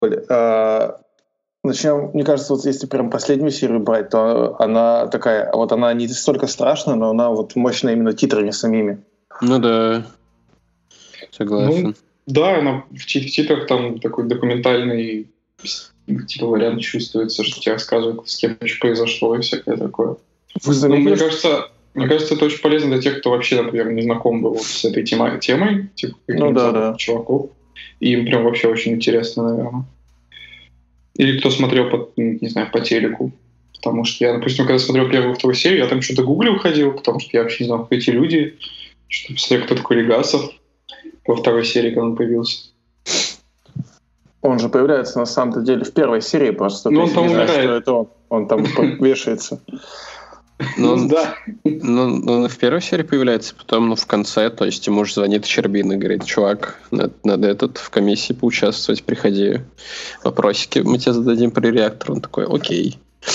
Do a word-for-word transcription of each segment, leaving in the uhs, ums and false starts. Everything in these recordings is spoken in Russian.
э, начнем, мне кажется, вот если прям последнюю серию брать, то она такая, вот она не столько страшная, но она вот мощная именно титрами самими. Ну да, согласен. Ну, да, она в, ти- в титрах там такой документальный типа вариант чувствуется, что тебе рассказывают, с кем что произошло и всякое такое. Вы Ну, мне заметили, кажется, мне кажется, это очень полезно для тех, кто вообще, например, не знаком был с этой тема- темой, типа Ну да, да. чуваков. И им прям вообще очень интересно, наверное. Или кто смотрел, по, не знаю, по телеку. Потому что я, допустим, когда смотрел первую и вторую серию, я там что-то гуглил, ходил, потому что я вообще не знал, кто эти люди. Что посмотрел, кто такой Легасов во второй серии, когда он появился. Он же появляется на самом деле в первой серии просто. Ну, то он есть там не знаю, умирает. что это он. Он там вешается. Ну, Ну, да. Ну, он в первой серии появляется, потом ну, в конце, то есть ему же звонит Щербин и говорит: чувак, надо, надо этот в комиссии поучаствовать, приходи. Вопросики мы тебе зададим при реакторе. Он такой: окей.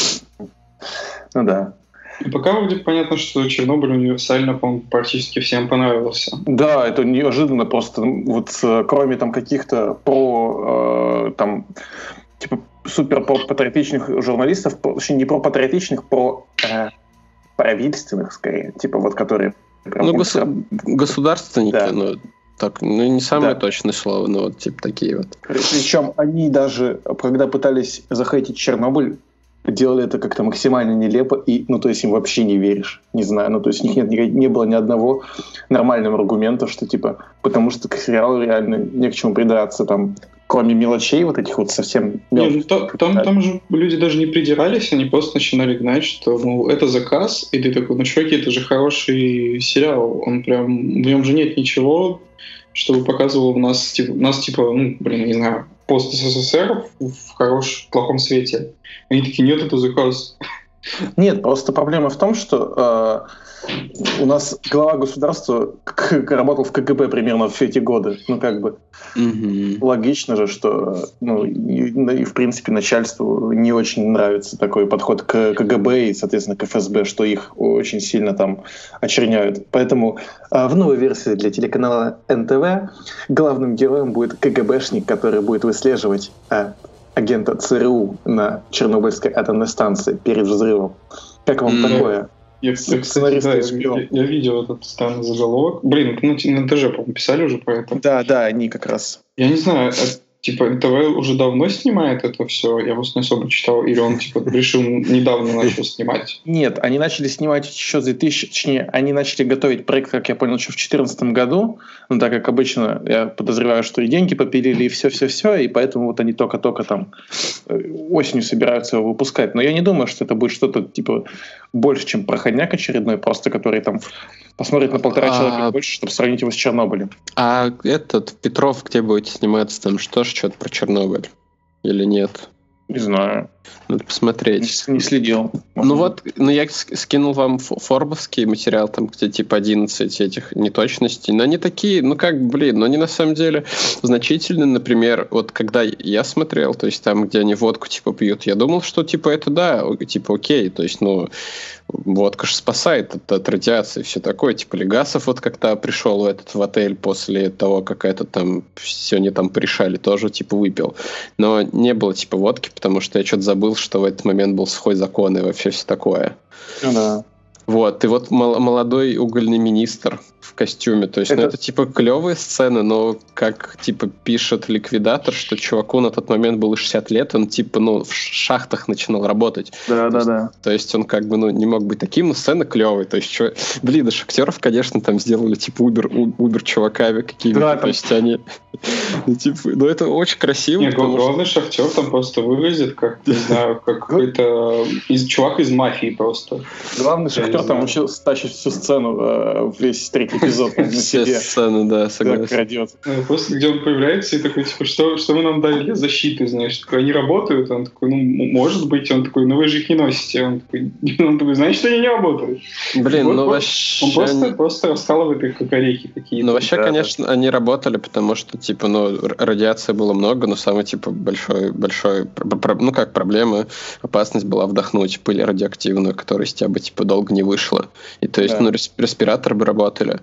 Ну да. И пока вроде понятно, что Чернобыль универсально, по-моему, практически всем понравился. Да, это неожиданно просто. Вот э, кроме там каких-то про э, там типа супер про патриотичных журналистов, про- точнее не про патриотичных, про э, правительственных скорее, типа вот которые прям Ну, вот госу- государственники, Да. ну, так, ну, не самое Да. точное слово, но вот типа такие вот. Причем они даже, когда пытались захейтить Чернобыль, делали это как-то максимально нелепо, и, ну, то есть им вообще не веришь, не знаю, ну, то есть у них нет, ни- не было ни одного нормального аргумента, что, типа, потому что к сериалу реально не к чему придраться, там, кроме мелочей вот этих вот совсем Не, ну, мелких. та- там, там же люди даже не придирались, они просто начинали гнать, что, ну, это заказ, и ты такой: ну, чуваки, это же хороший сериал, он прям, в нем же нет ничего, чтобы показывало у нас, типа, нас, типа, ну, блин, не знаю, пост СССР в в хорошем, плохом свете. Они такие: нет, это заказ. Нет, просто проблема в том, что э, у нас глава государства к- к- работал в КГБ примерно все эти годы, ну, как бы. Мгм. Логично же, что ну, и, и, в принципе начальству не очень нравится такой подход к КГБ и, соответственно, к ФСБ, что их очень сильно там очерняют. Поэтому а, в новой версии для телеканала эн тэ вэ главным героем будет КГБшник, который будет выслеживать а, агента ЦРУ на Чернобыльской атомной станции перед взрывом. Как вам М. такое? Я, кстати, Сценаристы да, я, шпион. я- я видел этот странный заголовок. Блин, ну, на ТЖ, по-моему, писали уже про это. Да, да, они как раз. Я не знаю, а, типа, эн тэ вэ уже давно снимает это все? Я просто не особо читал. Или он, типа, решил недавно начал снимать? Нет, они начали снимать еще с две тысячи, точнее, они начали готовить проект, как я понял, еще в две тысячи четырнадцатом году. Ну, так как обычно, я подозреваю, что и деньги попилили, и все-все-все, и поэтому вот они только-только там э, осенью собираются его выпускать. Но я не думаю, что это будет что-то типа больше, чем проходняк очередной, просто который там посмотрит на полтора А- человека больше, чтобы сравнить его с Чернобылем. А этот Петров, где будете сниматься, там что ж, что-то про Чернобыль? Или нет? Не знаю, Надо посмотреть. не, не следил. Ну вот, ну я с- скинул вам фо- форбовский материал, там где типа одиннадцать этих неточностей, но они такие, ну как, блин, но они на самом деле значительны. Например, вот когда я смотрел, то есть там, где они водку типа пьют, я думал, что типа это да, о- типа окей, то есть, ну, водка же спасает от, от радиации, все такое. Типа Легасов вот как-то пришел в этот в отель после того, как это там все они там порешали, тоже типа выпил. Но не было типа водки, потому что я что-то забыл, что в этот момент был сухой закон и вообще все такое. Ну да. Вот, и вот мол- молодой угольный министр в костюме, то есть, ну, Это- это типа клевые сцены, но как типа пишет ликвидатор, что чуваку на тот момент было шестьдесят лет, он типа, ну, в шахтах начинал работать. Да, То да, есть- да. То есть он как бы, ну, не мог быть таким, но сцены клевые. То есть, чё... блин, из актеров, конечно, там сделали типа убер, убер чуваками какими-то. Да, то там- есть они, ну, типа, ну, это очень красиво. Не, потому что- главный шахтер там просто выглядит как, не знаю, как какой-то из, чувак из мафии просто. Главный Я не шахтер там знаю. вообще стащит всю сцену, э, весь третий эзот на Все себе. сцены, да, Так согласен. крадет. Ну, просто где он появляется и такой, типа, что, что вы нам дали для защиты, знаешь, такой, они работают, он такой, ну, м- может быть, он такой, ну вы же их не носите, он такой, он такой, значит, они не работают. Блин, Вот, ну вот. вообще... Он просто, просто раскалывает их как орехи какие-то. Ну, вообще, Да, конечно, они работали, потому что, типа, ну, р- радиации было много, но самый, типа, большой, большой, пр- пр- ну, как проблема, опасность была вдохнуть пыль радиоактивную, которая из тебя бы, типа, долго не вышла. И то есть, Да. ну, рес- респираторы бы работали.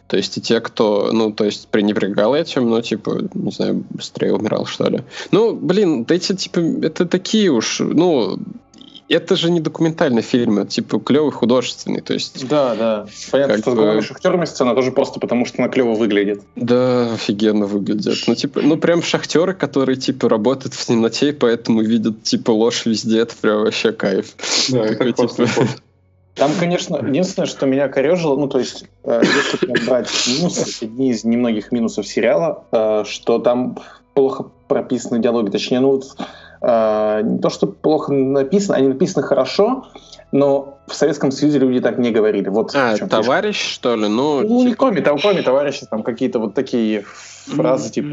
То есть и те, кто, ну, то есть пренебрегал этим, ну, типа, не знаю, быстрее умирал, что ли. Ну, блин, эти, типа, это такие уж, ну, это же не документальный фильм, это, типа, клевый художественный, то есть... Да, да. Понятно, что с голыми шахтерами сцена тоже просто потому, что она клево выглядит. Да, офигенно выглядят. Ну, типа, ну, прям шахтеры, которые, типа, работают в темноте, и поэтому видят, типа, ложь везде, это прям вообще кайф. Да, это классный ход. Там, конечно, единственное, что меня корежило, ну, то есть, э, если прям брать минусы, одни из немногих минусов сериала, э, что там плохо прописаны диалоги, точнее, ну, вот, э, не то, что плохо написано, они написаны хорошо, но в Советском Союзе люди так не говорили. Вот а, товарищ, фишка. Что ли? Ну, ну типа... не кроме, там, кроме товарища, там какие-то вот такие фразы, типа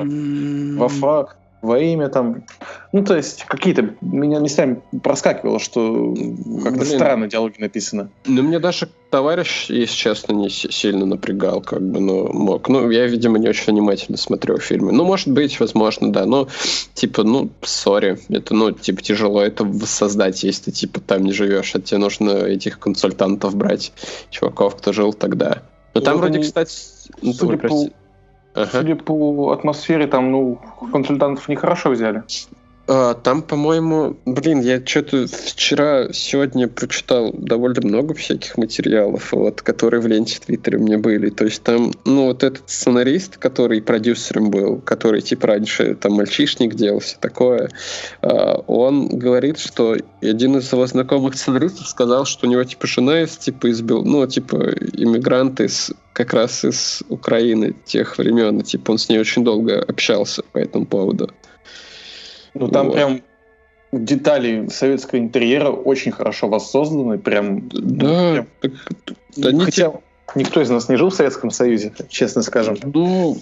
«во во имя», там, ну, то есть какие-то, меня местами проскакивало, что как-то Блин. странно диалоги написаны. Ну, мне даже товарищ, если честно, не сильно напрягал, как бы, но мог. Ну, я, видимо, не очень внимательно смотрел фильмы. Ну, может быть, возможно, да, но, типа, ну, сори, это, ну, типа, тяжело это воссоздать, если ты, типа, там не живешь, а тебе нужно этих консультантов брать, чуваков, кто жил тогда. Но там вроде, они, кстати... Ну, судя по... Ага. Судя по атмосфере, там, ну, консультантов нехорошо взяли. А, там, по-моему, блин, я что-то вчера, сегодня прочитал довольно много всяких материалов, вот, которые в ленте в Твиттере у меня были. То есть там, ну, вот этот сценарист, который продюсером был, который, типа, раньше там мальчишник делал, все такое, а, он говорит, что один из его знакомых сценаристов сказал, что у него, типа, жена из, типа, из, ну, типа, иммигрант из как раз из Украины тех времен, и, типа, он с ней очень долго общался по этому поводу. Ну, там вот. Прям детали советского интерьера очень хорошо воссозданы, прям... Да. Прям... Да хотя те... никто из нас не жил в Советском Союзе, честно скажем. Ну...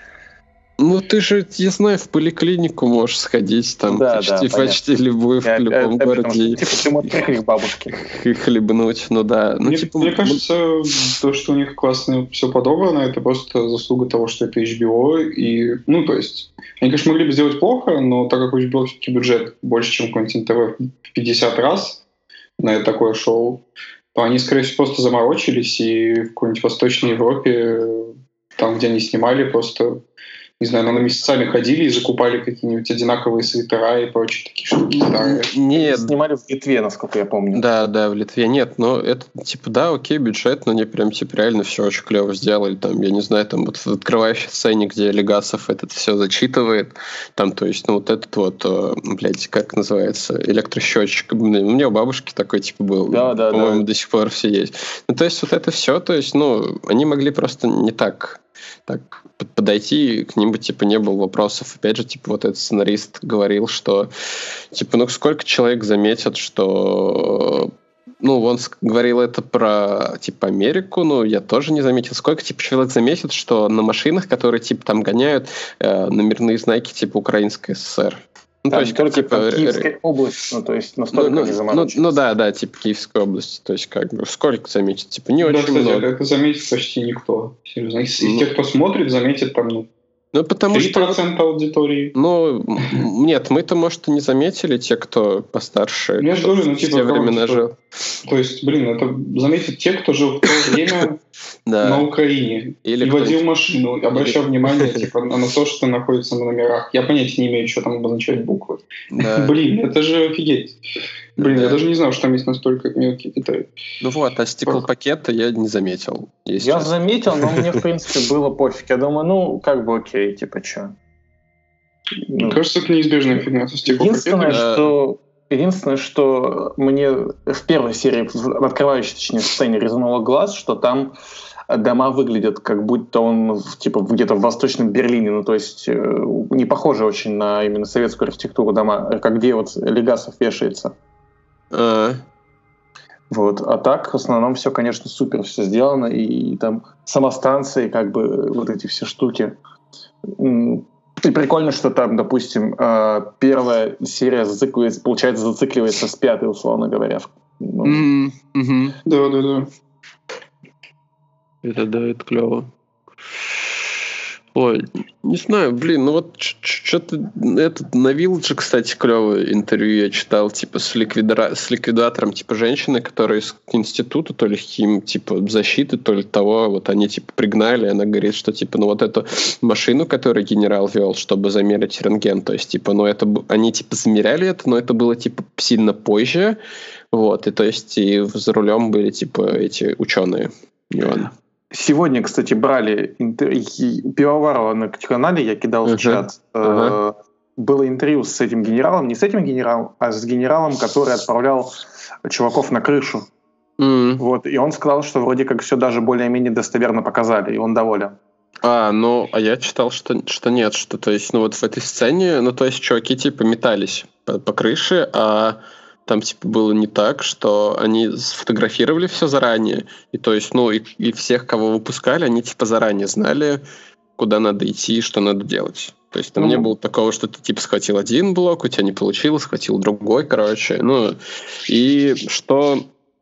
Ну, ты же, я знаю, в поликлинику можешь сходить, там да, почти, да, почти любую, в любом я, городе. Я, типа, ты можешь приехать к бабушке. И хлебнуть, ну да. Ну, мне, типа, мне кажется, то, что у них классно все подобрано, это просто заслуга того, что это эйч би о. И, ну, то есть, они, конечно, могли бы сделать плохо, но так как у эйч би о все-таки бюджет больше, чем Quentin ти ви в пятьдесят раз на это такое шоу, то они, скорее всего, просто заморочились, и в какой-нибудь Восточной Европе, там, где они снимали, просто... Не знаю, но месяцами ходили и закупали какие-нибудь одинаковые свитера и прочие такие штуки старые. Нет. Снимали в Литве, насколько я помню. Да, да, в Литве. Нет, но это, типа, да, окей, бюджет, но они прям, типа, реально все очень клево сделали. Там, я не знаю, там вот в открывающей сцене, где Легасов этот все зачитывает, там, то есть, ну, вот этот вот, блядь, как называется, электросчетчик. У меня у бабушки такой, типа, был. Да, да, по-моему, да. до сих пор все есть. Ну, то есть, вот это все, то есть, ну, они могли просто не так... так подойти, к ним бы, типа, не было вопросов. Опять же, типа, вот этот сценарист говорил, что, типа, ну, сколько человек заметят, что... Ну, он говорил это про, типа, Америку, но я тоже не заметил. Сколько, типа, человек заметит, что на машинах, которые, типа, там гоняют, э, номерные знаки, типа, Украинской ССР. Ну, там то есть, только типа, там, Киевская область, ну, то есть, настолько ну, не заморочились. Ну, ну, да, да, типа, Киевская область, то есть, как бы, сколько заметит? Типа, не да, очень кстати, много. Это заметит почти никто. Серьезно. Из ну, тех, кто смотрит, заметит там, ну, ну потому три процента что, аудитории. Ну, нет, мы-то, может, и не заметили, те, кто постарше. Я же говорю, ну, типа, в те времена жил. То есть, блин, это заметит те, кто жил в то время на Украине и водил машину, обращал внимание типа на то, что находится на номерах. Я понятия не имею, что там обозначают буквы. Блин, это же офигеть. Блин, я даже не знал, что там есть настолько мелкие детали. Ну вот, а стеклопакета я не заметил. Я заметил, но мне, в принципе, было пофиг. Я думаю, ну, как бы окей, типа, что. Мне кажется, это неизбежная фигня со стеклопакетом. Единственное, что... Единственное, что мне в первой серии, в открывающей, точнее, сцене резануло глаз, что там дома выглядят, как будто он типа где-то в Восточном Берлине, ну то есть не похожи очень на именно советскую архитектуру дома, как где вот Легасов вешается. А. Вот. А так, в основном, все, конечно, супер все сделано, и там самостанции, как бы вот эти все штуки. И прикольно, что там, допустим, первая серия зацикливается, получается, зацикливается с пятой, условно говоря. Ну. Mm-hmm. Mm-hmm. Да, да, да. Это да, это клево. Ой, не знаю, блин, ну вот что-то этот на Вилладже, кстати, клевое интервью я читал, типа с, ликвидра... с ликвидатором, типа женщины, которые из института, то ли хим, типа защиты, то ли того, вот они типа пригнали, и она говорит, что типа, ну вот эту машину, которую генерал вел, чтобы замерить рентген, то есть типа, ну это они типа замеряли это, но это было типа сильно позже, вот, и то есть и за рулем были типа эти ученые, не он. Сегодня, кстати, брали интервью, Пивоварова на канале, я кидал uh-huh. в чат, uh-huh. э, было интервью с этим генералом, не с этим генералом, а с генералом, который отправлял чуваков на крышу. Mm. Вот, и он сказал, что вроде как все даже более-менее достоверно показали, и он доволен. А, ну, а я читал, что, что нет, что, то есть, ну, вот в этой сцене, ну, то есть, чуваки, типа, метались по, по крыше, а там, типа, было не так, что они сфотографировали все заранее, и, то есть, ну, и, и всех, кого выпускали, они, типа, заранее знали, куда надо идти и что надо делать. То есть, там mm-hmm. не было такого, что ты, типа, схватил один блок, у тебя не получилось, схватил другой, короче, ну, и что...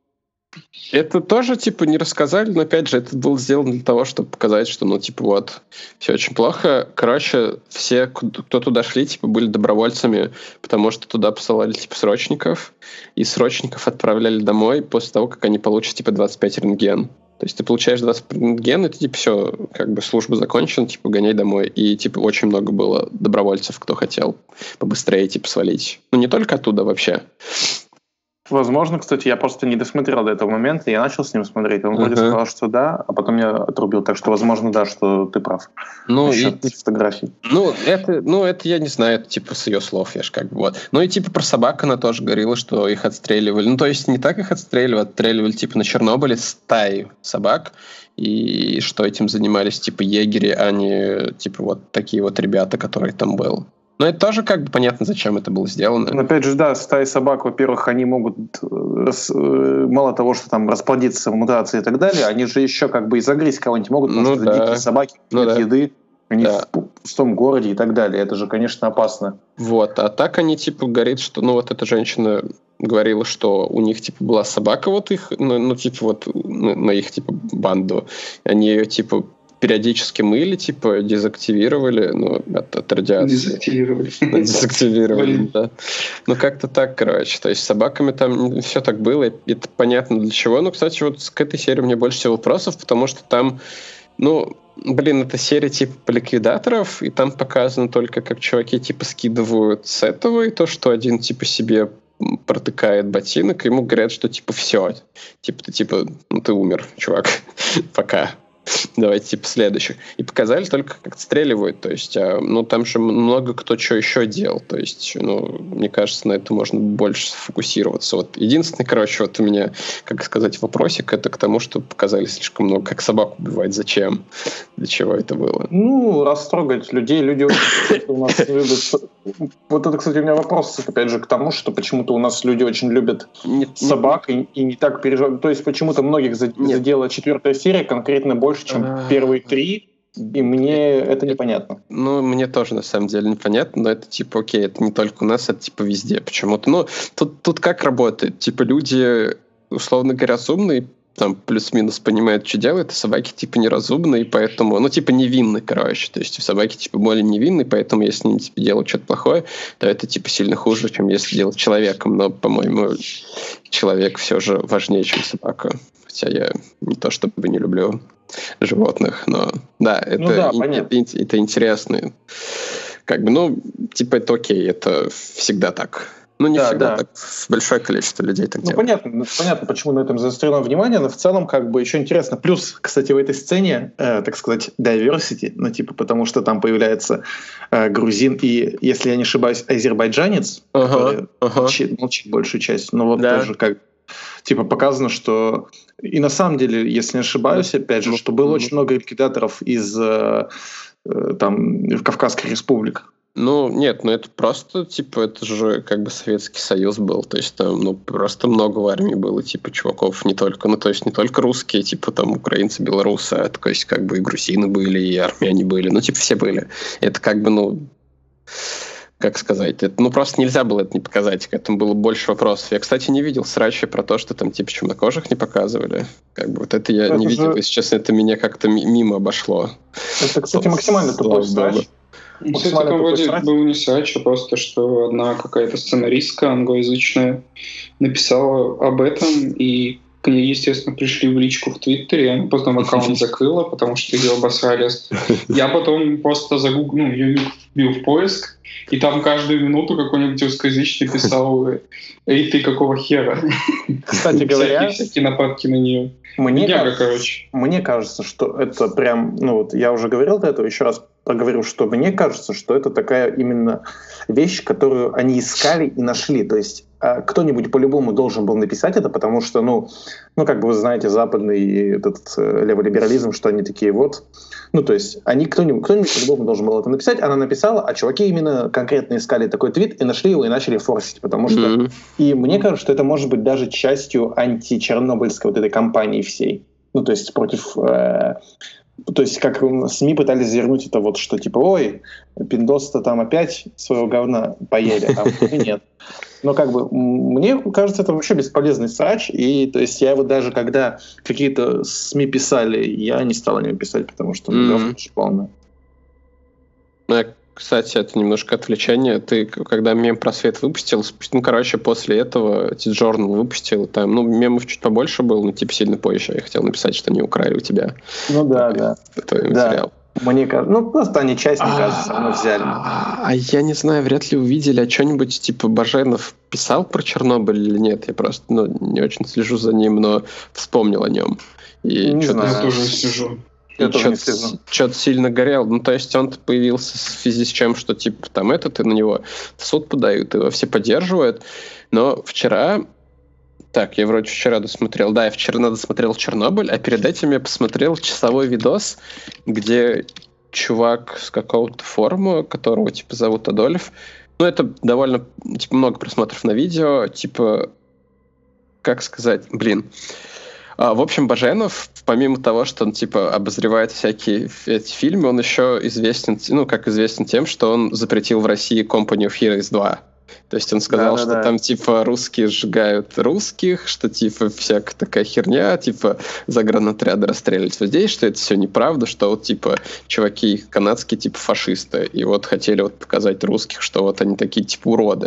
Это тоже, типа, не рассказали, но, опять же, это было сделано для того, чтобы показать, что, ну, типа, вот, все очень плохо. Короче, все, кто туда шли, типа, были добровольцами, потому что туда посылали, типа, срочников, и срочников отправляли домой после того, как они получат, типа, двадцать пять рентген. То есть ты получаешь двадцать рентген, и ты, типа, все, как бы, служба закончена, типа, гоняй домой. И, типа, очень много было добровольцев, кто хотел побыстрее, типа, свалить. Ну, не только оттуда вообще. Возможно, кстати, я просто не досмотрел до этого момента, я начал с ним смотреть, он uh-huh. вроде сказал, что да, а потом я отрубил, так что, возможно, да, что ты прав. Ну, и фотографий. Ну, это, ну, это я не знаю, это типа с ее слов, я ж как бы вот. Ну и типа про собак она тоже говорила, что их отстреливали. Ну, то есть не так их отстреливали, отстреливали типа на Чернобыле стаи собак, и что этим занимались типа егери, а не типа вот такие вот ребята, которые там были. Но это тоже как бы понятно, зачем это было сделано. Но опять же, да, стаи собак, во-первых, они могут рас, мало того, что там расплодиться в мутации и так далее, они же еще как бы и загрызть кого-нибудь могут, потому ну, что да. дикие собаки, ну, нет да. еды, они да. в пустом городе и так далее. Это же, конечно, опасно. Вот, а так они типа говорят, что, ну вот эта женщина говорила, что у них типа была собака вот их, ну, ну типа вот на, на их типа банду, они ее типа периодически мыли, типа, дезактивировали, ну, от, от радиации. Дезактивировали. Дезактивировали, да. Ну, как-то так, короче. То есть с собаками там все так было, и это понятно для чего. Ну, кстати, вот к этой серии у меня больше всего вопросов, потому что там, ну, блин, это серия типа по ликвидаторов, и там показано только, как чуваки типа скидывают с этого, и то, что один типа себе протыкает ботинок, и ему говорят, что типа все, типа ты типа, ну ты умер, чувак, пока. Давайте, типа, следующих. И показали только, как отстреливают. То есть, а, ну, там же много кто что еще делал. То есть, ну, мне кажется, на это можно больше сфокусироваться. Вот единственный, короче, вот у меня, как сказать, вопросик, это к тому, что показали слишком много, как собак убивать. Зачем? Для чего это было? Ну, растрогать людей. Люди у нас любят... Вот это, кстати, у меня вопрос, опять же, к тому, что почему-то у нас люди очень любят собак и не так переживают. То есть, почему-то многих задела четвертая серия конкретно больше, чем А-а-а. первые три, и мне это непонятно. Ну, мне тоже, на самом деле, непонятно, но это, типа, окей, это не только у нас, это, типа, везде почему-то. Ну, тут, тут как работает? Типа, люди, условно говоря, разумные, там, плюс-минус понимают, что делают, а собаки, типа, неразумные, поэтому, ну, типа, невинны, короче. То есть, собаки, типа, более невинны, поэтому, если они, типа, делают что-то плохое, то это, типа, сильно хуже, чем если делать человеком. Но, по-моему, человек все же важнее, чем собака. Хотя я не то чтобы не люблю животных, но да, это, ну да, это, это, это интересно. Как бы, ну, типа, это окей, это всегда так. Ну, не да, всегда да. так, большое количество людей так ну, делает. Понятно, понятно, почему на этом заострено внимание, но в целом, как бы, еще интересно. Плюс, кстати, в этой сцене, э, так сказать, diversity, ну, типа, потому что там появляется э, грузин и, если я не ошибаюсь, азербайджанец, ага, который ага. Молчит, молчит большую часть, но вот да. тоже как типа показано, что и на самом деле, если не ошибаюсь, опять же, ну, что было ну, очень много ликвидаторов из э, там Кавказской республики. Ну, нет, ну это просто, типа, это же как бы Советский Союз был, то есть там, ну, просто много в армии было, типа, чуваков, не только, ну, то есть не только русские, типа, там, украинцы, белорусы, а то есть как бы и грузины были, и армяне были, ну, типа, все были. Это как бы, ну, как сказать, это, ну, просто нельзя было это не показать, к этому было больше вопросов. Я, кстати, не видел срачи про то, что там, типа, чернокожих не показывали. Как бы вот это я это не же... видел, если честно, это меня как-то мимо обошло. Это, кстати, максимально тупой срач. Кстати, там вроде был не срач, а просто, что одна какая-то сценаристка англоязычная написала об этом, и к ней, естественно, пришли в личку в Твиттере, она потом аккаунт закрыла, потому что ее обосрали. Я потом просто загуглил, ну, ее вбил в поиск, и там каждую минуту какой-нибудь русскоязычный писал: «Эй, ты какого хера?» Кстати говоря, всякие, всякие нападки на нее. Мне, Бедяга, кажется, короче. мне кажется, что это прям, ну вот я уже говорил до этого, еще раз проговорю, что мне кажется, что это такая именно вещь, которую они искали и нашли. То есть кто-нибудь по-любому должен был написать это, потому что, ну, ну как бы вы знаете, западный этот левый либерализм, что они такие вот, ну то есть они кто-нибудь, кто-нибудь по-любому должен был это написать, она написала, а чуваки именно конкретно искали такой твит и нашли его и начали форсить, потому что, mm-hmm. и мне кажется, что это может быть даже частью античернобыльской вот этой кампании всей, ну то есть против... Э- То есть, как СМИ пытались завернуть это вот, что типа, ой, пиндосы-то там опять своего говна поели, а мы нет. Но как бы мне кажется, это вообще бесполезный срач, и то есть я вот даже когда какие-то СМИ писали, я не стал о нем писать, потому что ну, говно mm-hmm. полное. Кстати, это немножко отвлечение. Ты, когда мем-просвет выпустил, ну, короче, после этого T-Journal выпустил, там, ну, мемов чуть побольше было, но, типа, сильно позже. Я хотел написать, что они украли у тебя. Ну, да, твой, да. Твой да. материал. Мне кажется, ну, просто они часть, мне кажется, все равно взяли. А я не знаю, вряд ли увидели, а что-нибудь, типа, Баженов писал про Чернобыль или нет? Я просто, ну, не очень слежу за ним, но вспомнил о нем. И не знаю, я тоже слежу. И что-то, что-то сильно горел. Ну, то есть он появился в связи с чем, что, типа, там этот, и на него в суд подают, его все поддерживают. Но вчера... Так, я вроде вчера досмотрел. Да, я вчера досмотрел «Чернобыль», а перед этим я посмотрел часовой видос, где чувак с какого-то форума, которого, типа, зовут Адольф. Ну, это довольно, типа, много просмотров на видео. Типа, как сказать, блин... В общем, Баженов, помимо того, что он, типа, обозревает всякие эти фильмы, он еще известен, ну, как известен тем, что он запретил в России Company of Heroes два. То есть он сказал, да, да, что да. там, типа, русские сжигают русских, что, типа, всякая такая херня, типа, загранотряды расстреливать. Вот здесь, что это все неправда, что вот, типа, чуваки канадские, типа, фашисты. И вот хотели вот показать русских, что вот они такие, типа, уроды.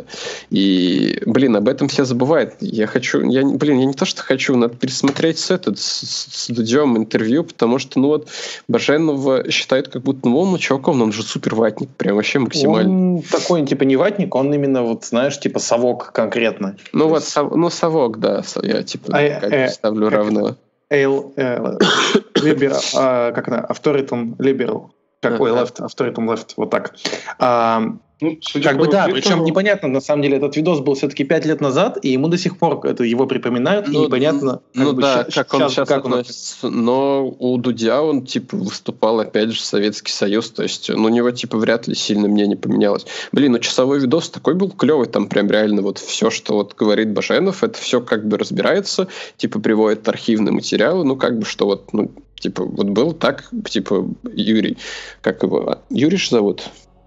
И, блин, об этом все забывают. Я хочу, я, блин, я не то, что хочу, надо пересмотреть с, этот, с, с Дудем интервью, потому что, ну, вот, Баженова считает, как будто, ну, он чуваком, но он же супер ватник, прям вообще максимально. Он такой, типа, не ватник, он именно вот, знаешь, типа совок конкретно. Ну то вот, есть... сов, ну совок, да, я типа а, как э, ставлю как равно. Эйл, э, либерал, э, как она, авторитум либерал, как, ой, left, авторитум left, вот так. А, ну, как бы да, причем непонятно, на самом деле, этот видос был все-таки пять лет назад, и ему до сих пор это его припоминают, ну, и непонятно, ну как да, бы, как он сейчас как относится. Он... Но у Дудя он, типа, выступал, опять же, Советский Союз, то есть ну, у него, типа, вряд ли сильно мнение поменялось. Блин, ну часовой видос такой был клевый, там прям реально вот все, что вот говорит Баженов, это все как бы разбирается, типа, приводит архивные материалы, ну, как бы, что вот, ну, типа, вот был так, типа, Юрий, как его, Юрий же зовут?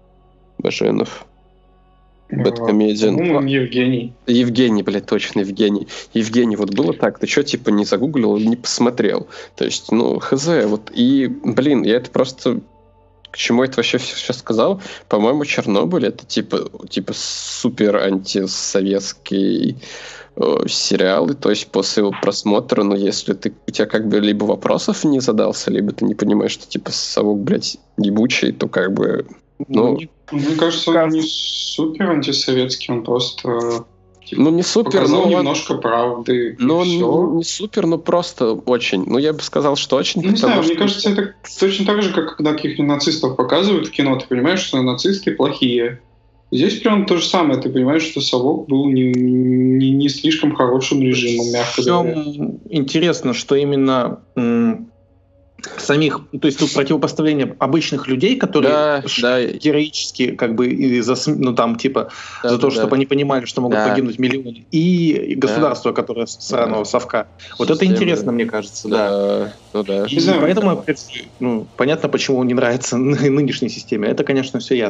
Баженов. Бэткомедиан. По-моему, Евгений. Евгений, блядь, точно, Евгений. Евгений, вот было так, ты что, типа, не загуглил, не посмотрел? То есть, ну, хз, вот, и, блин, я это просто... К чему я это вообще сейчас сказал? По-моему, Чернобыль — это, типа, типа супер антисоветский э, сериал, и, то есть, после его просмотра, ну, если ты, у тебя, как бы, либо вопросов не задался, либо ты не понимаешь, что, типа, совок, блядь, ебучий, то, как бы... Ну, мне кажется, он кажется... не супер антисоветский, он просто типа, ну, не супер, показал но немножко он... правды. Ну, он не, не супер, но просто очень. Ну, я бы сказал, что очень. Ну, не знаю, что... мне кажется, это точно так же, как когда каких-нибудь нацистов показывают в кино, ты понимаешь, что нацисты плохие. Здесь прям то же самое, ты понимаешь, что совок был не, не, не слишком хорошим режимом, мягко говоря. Интересно, что именно... М- самих, то есть тут противопоставление обычных людей, которые да, ш- да. героически как бы и за, ну там типа да, за то, да. чтобы они понимали, что могут да. погибнуть миллионы, и государство, да. которое с сраного да. совка. Вот Система. Это интересно, мне кажется, да. да. Ну, да. И знаю, поэтому да. ну, понятно, почему не нравится нынешней системе. Это, конечно, все ясно.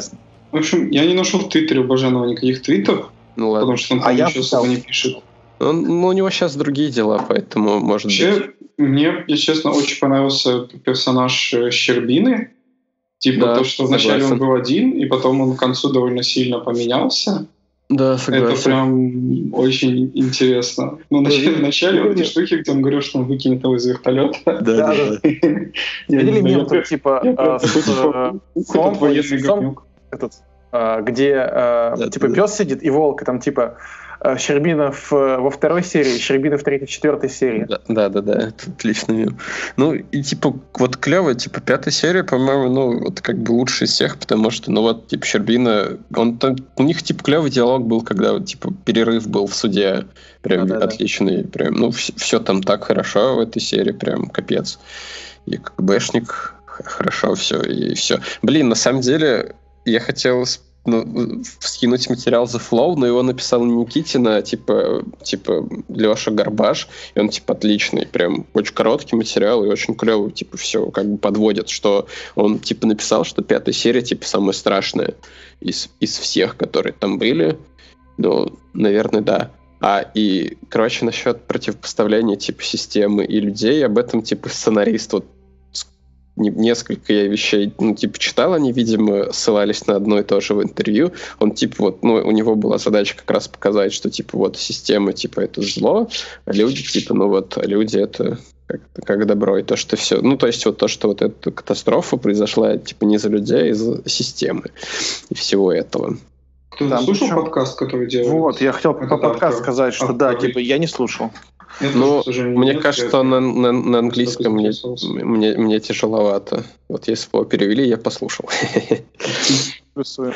В общем, я не нашел в Твиттере у Баженова никаких твитов, Ну ладно. потому что он А там я ничего особо пытался. не пишет. Он, ну, у него сейчас другие дела, поэтому, может быть... Вообще, мне, если честно, очень понравился персонаж э, Щербины. Типа Да, то, что вначале согласен. он был один, и потом он к концу довольно сильно поменялся. Да, Это согласен. прям очень интересно. Ну, вначале, вначале вот эти штуки, где он говорил, что он выкинет его из вертолета. Да, да, да. Я Видели не знаю, мем я тут, типа, я а, прям с, такой, типа, э, ух, сом, этот военный сом- говнюк. этот, а, где а, Да, типа да. пес сидит и волк, и там типа а, Щербина в, во второй серии, Щербина в третьей, четвертой серии. Да, да, да, да, это отличный мем. Ну, и типа, вот клево, типа, пятая серия, по-моему, ну, вот как бы лучше из всех, потому что, ну, вот, типа, Щербина, он там, у них, типа, клевый диалог был, когда, вот, типа, перерыв был в суде, прям Да-да-да. отличный, прям, ну, все там так хорошо в этой серии, прям капец. И КГБшник, х- хорошо все, и все. Блин, на самом деле, я хотел с- ну, скинуть материал The Flow, но его написал не Никитин, а типа, типа Леша Горбаш, и он типа отличный, прям очень короткий материал и очень клевый, типа все как бы подводит, что он типа написал, что пятая серия типа самая страшная из, из всех, которые там были. Ну, наверное, да. А и, короче, насчет противопоставления типа системы и людей, об этом типа сценарист вот с- не- несколько я вещей, ну, типа, читал, они, видимо, ссылались на одно и то же в интервью. Он, типа, вот, ну, у него была задача как раз показать, что, типа, вот, система, типа, это зло, а люди, типа, ну, вот, а люди это как, как добро, и то, что все... Ну, то есть, вот то, что вот эта катастрофа произошла, типа, не из-за людей, а из-за системы и всего этого. Ты Там слушал причем- подкаст, который делал? Вот, я хотел Это по подкаст автор- сказать, что да, автор- типа, я не слушал. Я тоже, Ну, к сожалению, мне нет, кажется, я- на, на, на английском мне, заинтересовался. мне, мне тяжеловато. Вот если бы его перевели, я послушал. Плюсую.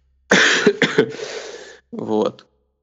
Вот.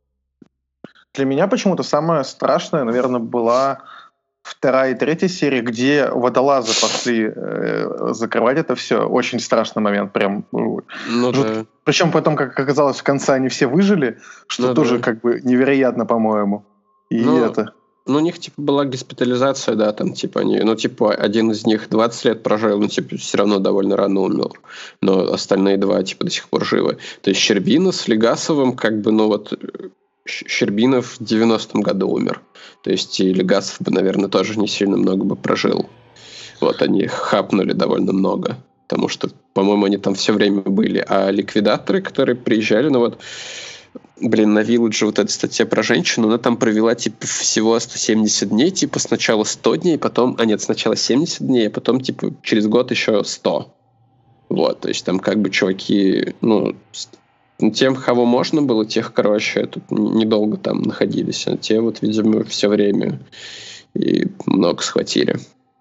Для меня почему-то самое страшное, наверное, была вторая и третья серия, где водолазы пошли э, закрывать это все. Очень страшный момент, прям. Ну Жутко. да. Причем потом, как оказалось, в конце они все выжили, что Ну тоже да. как бы невероятно, по-моему. И Ну, это... Ну, у них, типа, была госпитализация, да, там, типа, они, ну, типа, один из них двадцать лет прожил, но, типа, все равно довольно рано умер. Но остальные два, типа, до сих пор живы. То есть Щербина с Легасовым, как бы, ну, вот, Щ- Щербинов в девяностом году умер. То есть и Легасов бы, наверное, тоже не сильно много бы прожил. Вот, они хапнули довольно много. Потому что, по-моему, они там все время были. А ликвидаторы, которые приезжали, ну, вот, блин, на Вилладже вот эта статья про женщину, она там провела, типа, всего сто семьдесят дней, типа, сначала сто дней, потом... А нет, сначала семьдесят дней, а потом, типа, через год еще сто. Вот, то есть там как бы чуваки, ну, с- ну, тем, кого можно было, тех, короче, тут н- недолго там находились, а те вот, видимо, все время и много схватили.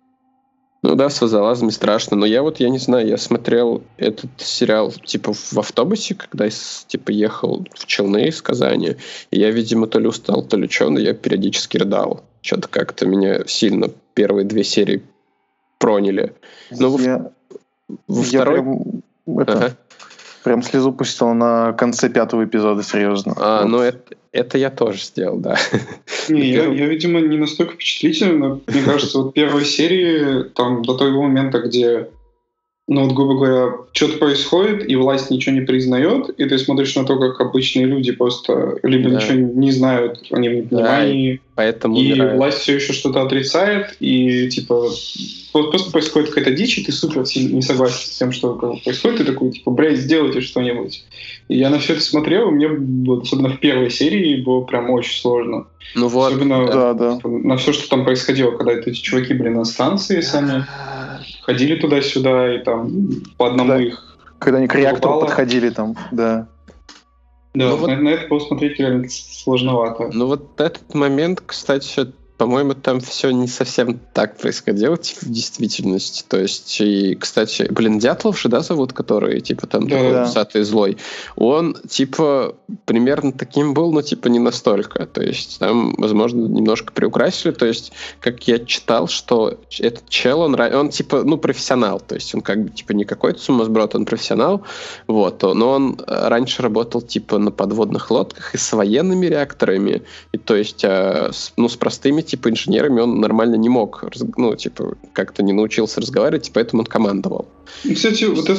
Ну да, с водолазами страшно, но я вот, я не знаю, я смотрел этот сериал, типа, в автобусе, когда, с- типа, ехал в Челны из Казани, и я, видимо, то ли устал, то ли что, но я периодически рыдал. Что-то как-то меня сильно первые две серии проняли. Ну, во, я, во я второй... прям, это, Ага. прям слезу пустил на конце пятого эпизода, серьезно. А, Вот. ну это, это я тоже сделал, да. Не, я, я, видимо, не настолько впечатлительный, но мне кажется, вот первой серии, там, до того момента, где, ну, вот, грубо говоря, что-то происходит, и власть ничего не признает, и ты смотришь на то, как обычные люди просто либо Да. ничего не знают, они в непонимании, Поэтому и умирают. власть все еще что-то отрицает, и, типа, вот просто происходит какая-то дичь, и ты супер сильно не согласен с тем, что как бы происходит, ты такой, типа, блядь, сделайте что-нибудь. И я на все это смотрел, и мне, вот, особенно в первой серии, было прям очень сложно. Ну вот. Особенно Да, да. типа, на все, что там происходило, когда эти чуваки были на станции сами, ходили туда-сюда, и там по одному Да. их... Когда они к реактору Упала. подходили там, да. Да, Ну вот- на, на это было смотреть реально сложновато. Ну вот этот момент, кстати, по-моему, там все не совсем так происходило, типа, в действительности. То есть, и, кстати, блин, Дятлов же, да, зовут, который, типа, там, Да. такой Да. усатый злой. Он, типа, примерно таким был, но, типа, не настолько. То есть, там, возможно, немножко приукрасили. То есть, как я читал, что этот чел, он, ра- он типа, ну, профессионал. То есть, он, как бы, типа, не какой-то сумасброд, он профессионал. Вот. Но он э, раньше работал, типа, на подводных лодках и с военными реакторами. И, то есть, э, с, ну, с простыми, типа, инженерами он нормально не мог, раз- ну, типа, как-то не научился разговаривать, и поэтому он командовал. И, кстати, вот это вот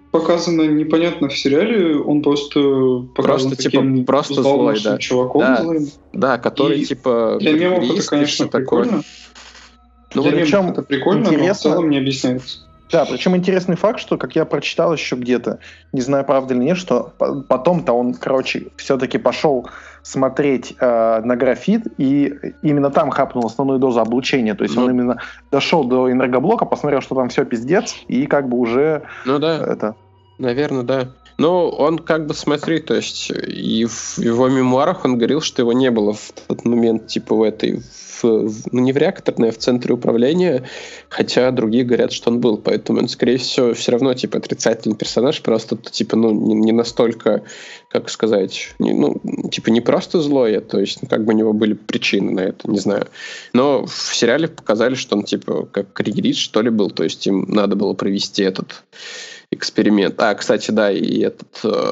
показано непонятно в сериале, он просто показан просто, типа, просто злой, да. чуваком да, злым. Да, который, И типа... Для мемов это, конечно, прикольно. Ну, для причем мемов это прикольно, интересно. Но в целом не объясняется. Да, причем интересный факт, что, как я прочитал еще где-то, не знаю, правда или нет, что потом-то он, короче, все-таки пошел смотреть э, на графит, и именно там хапнул основную дозу облучения. То есть ну, он именно дошел до энергоблока, посмотрел, что там все пиздец, и как бы уже... Ну да, это... наверное, да. Ну, он как бы, смотри, то есть и в его мемуарах он говорил, что его не было в тот момент, типа, в этой... В, в, ну, не в реакторной, а в центре управления, хотя другие говорят, что он был. Поэтому он, скорее всего, все равно, типа, отрицательный персонаж, просто, типа, ну, не, не настолько, как сказать, не, ну, типа, не просто злой, то есть, ну, как бы у него были причины на это, не знаю. Но в сериале показали, что он, типа, как карьерист, что ли, был, то есть им надо было провести этот эксперимент. А, кстати, да, и этот э,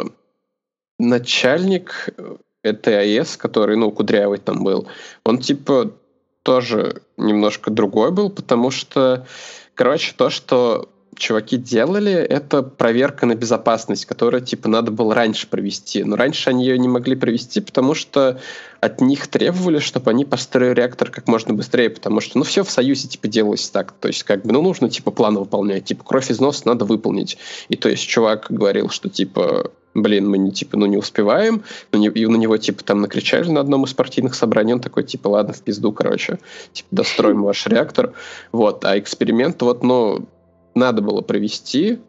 начальник ТАЭС, который, ну, Кудрявый там был, он, типа, тоже немножко другой был, потому что, короче, то, что чуваки делали, это проверка на безопасность, которую, типа, надо было раньше провести. Но раньше они ее не могли провести, потому что от них требовали, чтобы они построили реактор как можно быстрее, потому что, ну, все в Союзе, типа, делалось так. То есть, как бы, ну, нужно, типа, планы выполнять. Типа, кровь из носа надо выполнить. И, то есть, чувак говорил, что, типа, блин, мы, не, типа, ну, не успеваем. Ну, не, и на него, типа, там накричали на одном из партийных собраний. Он такой, типа, ладно, в пизду, короче. Типа, достроим ваш реактор. Вот. А эксперимент, вот, ну, надо было провести,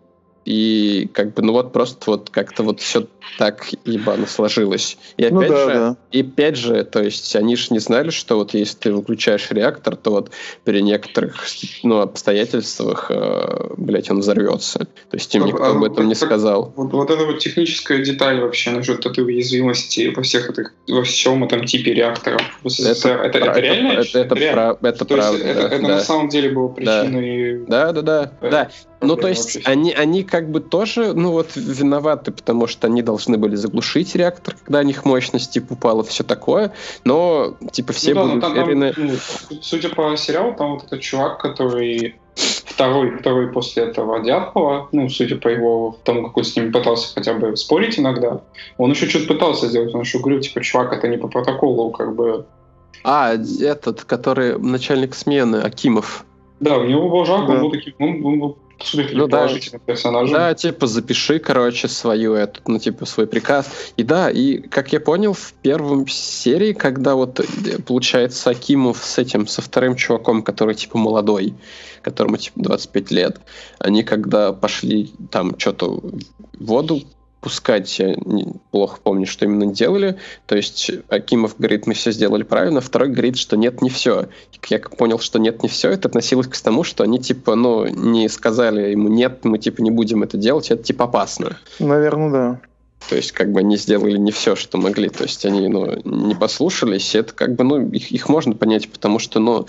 и как бы, ну вот просто вот как-то вот все так ебано сложилось. И опять ну, да, же, да. и опять же, то есть они же не знали, что вот если ты выключаешь реактор, то вот при некоторых, ну, обстоятельствах, э, блядь, он взорвется. То есть им никто а, об этом вот, не сказал. Вот, вот эта вот техническая деталь вообще насчет этой уязвимости во всех этих, во всем этом типе реакторов в СССР. Это, это, это, это реально? Это, это, это, реально? Прав, это правда, это, да, это да. на самом деле было причиной... Да, да, да, да. да. Ну, то есть они, они как бы тоже, ну, вот, виноваты, потому что они должны были заглушить реактор, когда у них мощность, типа, упала, все такое, но, типа, все ну, были да, уверены... Там, ну, судя по сериалу, там вот этот чувак, который второй, второй после этого Дятлова, ну, судя по его, тому, как он с ним пытался хотя бы спорить иногда, он еще что-то пытался сделать, он еще говорил, типа, чувак, это не по протоколу, как бы... А, этот, который начальник смены, Акимов. Да, у него был жалко, да. он был таким, он, он был супер ну, положительным да, персонажем. Да, типа, запиши, короче, свою эту, ну, типа, свой приказ. И да, и, как я понял, в первом серии, когда вот, получается, Акимов с этим, со вторым чуваком, который, типа, молодой, которому, типа, двадцать пять лет, они, когда пошли там что-то в воду пускать, я не, плохо помню, что именно делали. То есть Акимов говорит, мы все сделали правильно, второй говорит, что нет, не все. Я как понял, что нет, не все, это относилось к тому, что они, типа, ну, не сказали ему, нет, мы, типа, не будем это делать, это, типа, опасно. Наверное, да. То есть, как бы, они сделали не все, что могли. То есть, они, ну, не послушались. Это, как бы, ну, их, их можно понять, потому что, ну,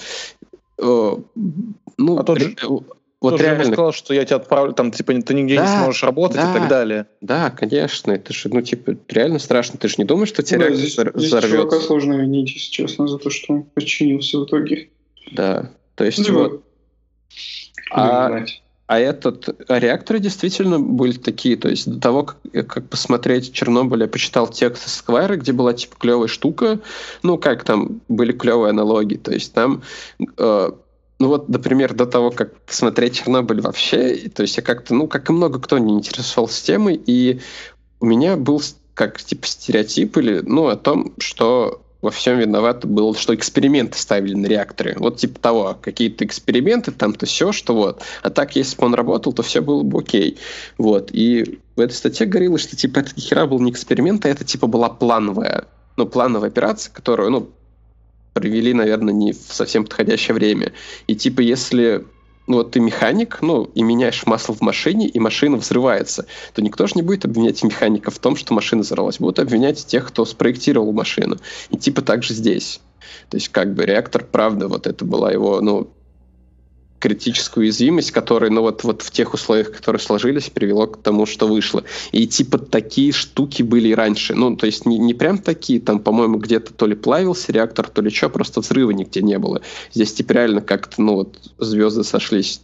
э, ну, а тот же... Вот Тоже реально. Ему сказал, что я тебя отправлю, там, типа, ты нигде да, не сможешь работать да, и так далее. Да, конечно. Это же, ну, типа, реально страшно. Ты же не думаешь, что тебя да, реактор здесь, взорвется? Здесь чувака сложно винить, если честно, за то, что он подчинился в итоге. Да, то есть... Ну, вот. А, а этот... А реакторы действительно были такие. То есть до того, как, как посмотреть Чернобыль, я почитал текст из Сквайра, где была, типа, клевая штука. Ну, как там были клевые аналогии. То есть там... Э, Ну вот, например, до того, как смотреть Чернобыль вообще, то есть я как-то, ну, как и много кто не интересовался темой, и у меня был как, типа, стереотип или, ну, о том, что во всем виновато было, что эксперименты ставили на реакторе. Вот типа того, какие-то эксперименты, там-то все, что вот. А так, если бы он работал, то все было бы окей. Вот. И в этой статье говорилось, что, типа, это хера был не эксперимент, а это, типа, была плановая, ну, плановая операция, которую, ну, провели, наверное, не в совсем подходящее время. И типа, если ну, вот ты механик, ну, и меняешь масло в машине, и машина взрывается, то никто же не будет обвинять механика в том, что машина взорвалась. Будут обвинять тех, кто спроектировал машину. И типа так же здесь. То есть как бы реактор, правда, вот это была его, ну, критическую уязвимость, которая, ну, вот, вот в тех условиях, которые сложились, привело к тому, что вышло. И, типа, такие штуки были и раньше. Ну, то есть не, не прям такие, там, по-моему, где-то то ли плавился реактор, то ли что, просто взрыва нигде не было. Здесь, типа, реально как-то, ну, вот, звезды сошлись. Так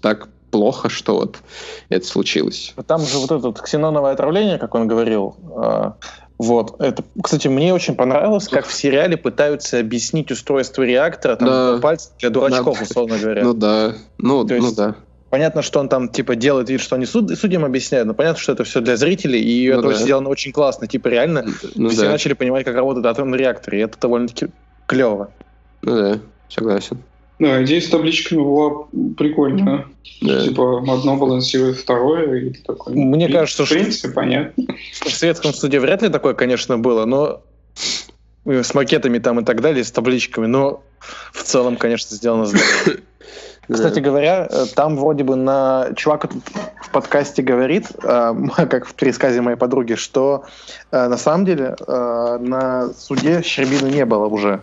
плохо, что вот это случилось. Там же вот это вот ксеноновое отравление, как он говорил, э, вот, это, кстати, мне очень понравилось, как в сериале пытаются объяснить устройство реактора, там, Да. пальцы для дурачков, Да. условно говоря. Ну да, ну, То ну есть, да. понятно, что он там, типа, делает вид, что они суд, судьям объясняют, но понятно, что это все для зрителей, и Ну это да. сделано очень классно, типа, реально, Ну все да, начали понимать, как работает атомный реактор, и это довольно-таки клево. ну да, согласен. Да, идея с табличками была прикольная. Да. Типа, одно балансирует второе, и ты такой... ну, Мне в кажется, в принципе, понятно. В Советском суде вряд ли такое, конечно, было, но с макетами там и так далее, с табличками, но в целом, конечно, сделано здорово. Кстати говоря, там вроде бы на чувак в подкасте говорит, э, как в пересказе моей подруги, что э, на самом деле э, на суде Щербины не было уже.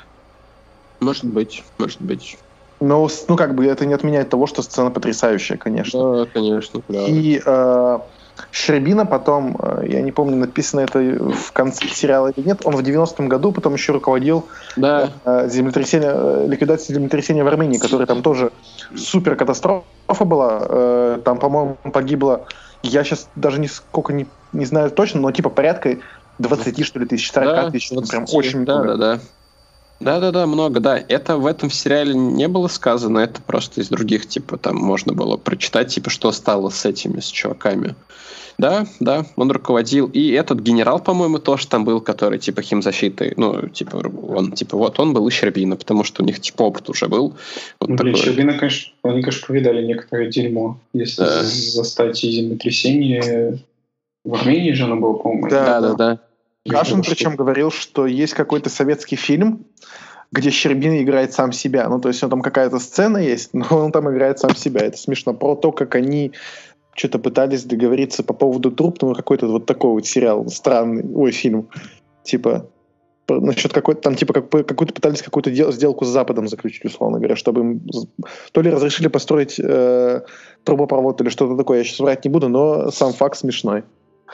Может быть, может быть. Но, ну, как бы это не отменяет того, что сцена потрясающая, конечно. Да, конечно, клево. И э, Щербина потом, э, я не помню, написано это в конце сериала или нет, он в девяностом году потом еще руководил Да, э, землетрясение, э, ликвидацией землетрясения в Армении, которое там тоже супер катастрофа была. Э, там, по-моему, погибло, я сейчас даже не сколько не, не знаю точно, но типа порядка двадцать, что ли, тысяч, сорок да, тысяч, двадцать, прям очень да, много. да, да. Да-да-да, много, да. Это в этом сериале не было сказано, это просто из других, типа, там можно было прочитать, типа, что стало с этими, с чуваками. Да, да, он руководил. И этот генерал, по-моему, тоже там был, который, типа, химзащитой, ну, типа, он, типа, вот он был и Щербина, потому что у них, типа, опыт уже был. Вот Ну, блин, такой. Щербина, конечно, они, конечно, повидали некоторое дерьмо. Если Да. застать и землетрясение в Армении же оно было, по-моему. Да. Да-да-да. Кашин Что- причем говорил, что есть какой-то советский фильм, где Щербина играет сам себя. Ну, то есть, он там какая-то сцена есть, но он там играет сам себя. Это смешно. Про то, как они что-то пытались договориться по поводу труб, ну, какой-то вот такой вот сериал странный, ой, фильм. Типа, про- насчет какой-то, там, типа, как, какую-то пытались какую-то дел- сделку с Западом заключить, условно говоря, чтобы им з- то ли разрешили построить э, трубопровод, или что-то такое. Я сейчас врать не буду, но сам факт смешной.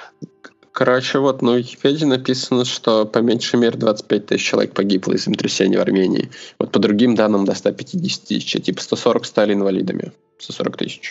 Короче, вот на Википедии написано, что по меньшей мере двадцать пять тысяч человек погибло из землетрясения в Армении. Вот по другим данным до ста пятидесяти тысяч, типа сто сорок стали инвалидами. сто сорок тысяч.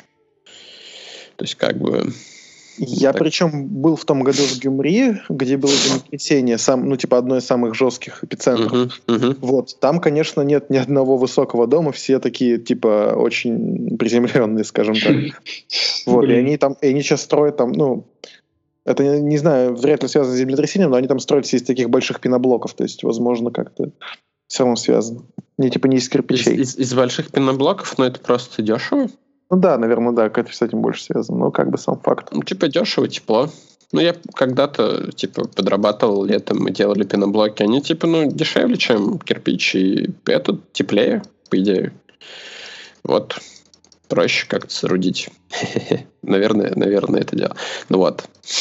То есть как бы... Я Так. причем был в том году в Гюмри, где было землетрясение, сам, ну, типа, одно из самых жестких эпицентров. Мгм, мгм. Вот, там, конечно, нет ни одного высокого дома, все такие, типа, очень приземленные, скажем так. Вот, и Блин. они там, и они сейчас строят там, ну, это, не, не знаю, вряд ли связано с землетрясением, но они там строятся из таких больших пеноблоков, то есть, возможно, как-то все равно связано. Не, типа, не из Из, кирпичей. из- из больших пеноблоков, но это просто дешево. Ну да, наверное, да, это с этим больше связано, но как бы сам факт. Ну, типа дешево, тепло. Ну, я когда-то, типа, подрабатывал летом, мы делали пеноблоки. Они, типа, ну, дешевле, чем кирпич, и это теплее, по идее. Вот. Проще как-то соорудить. Наверное, наверное, это дело. Ну вот.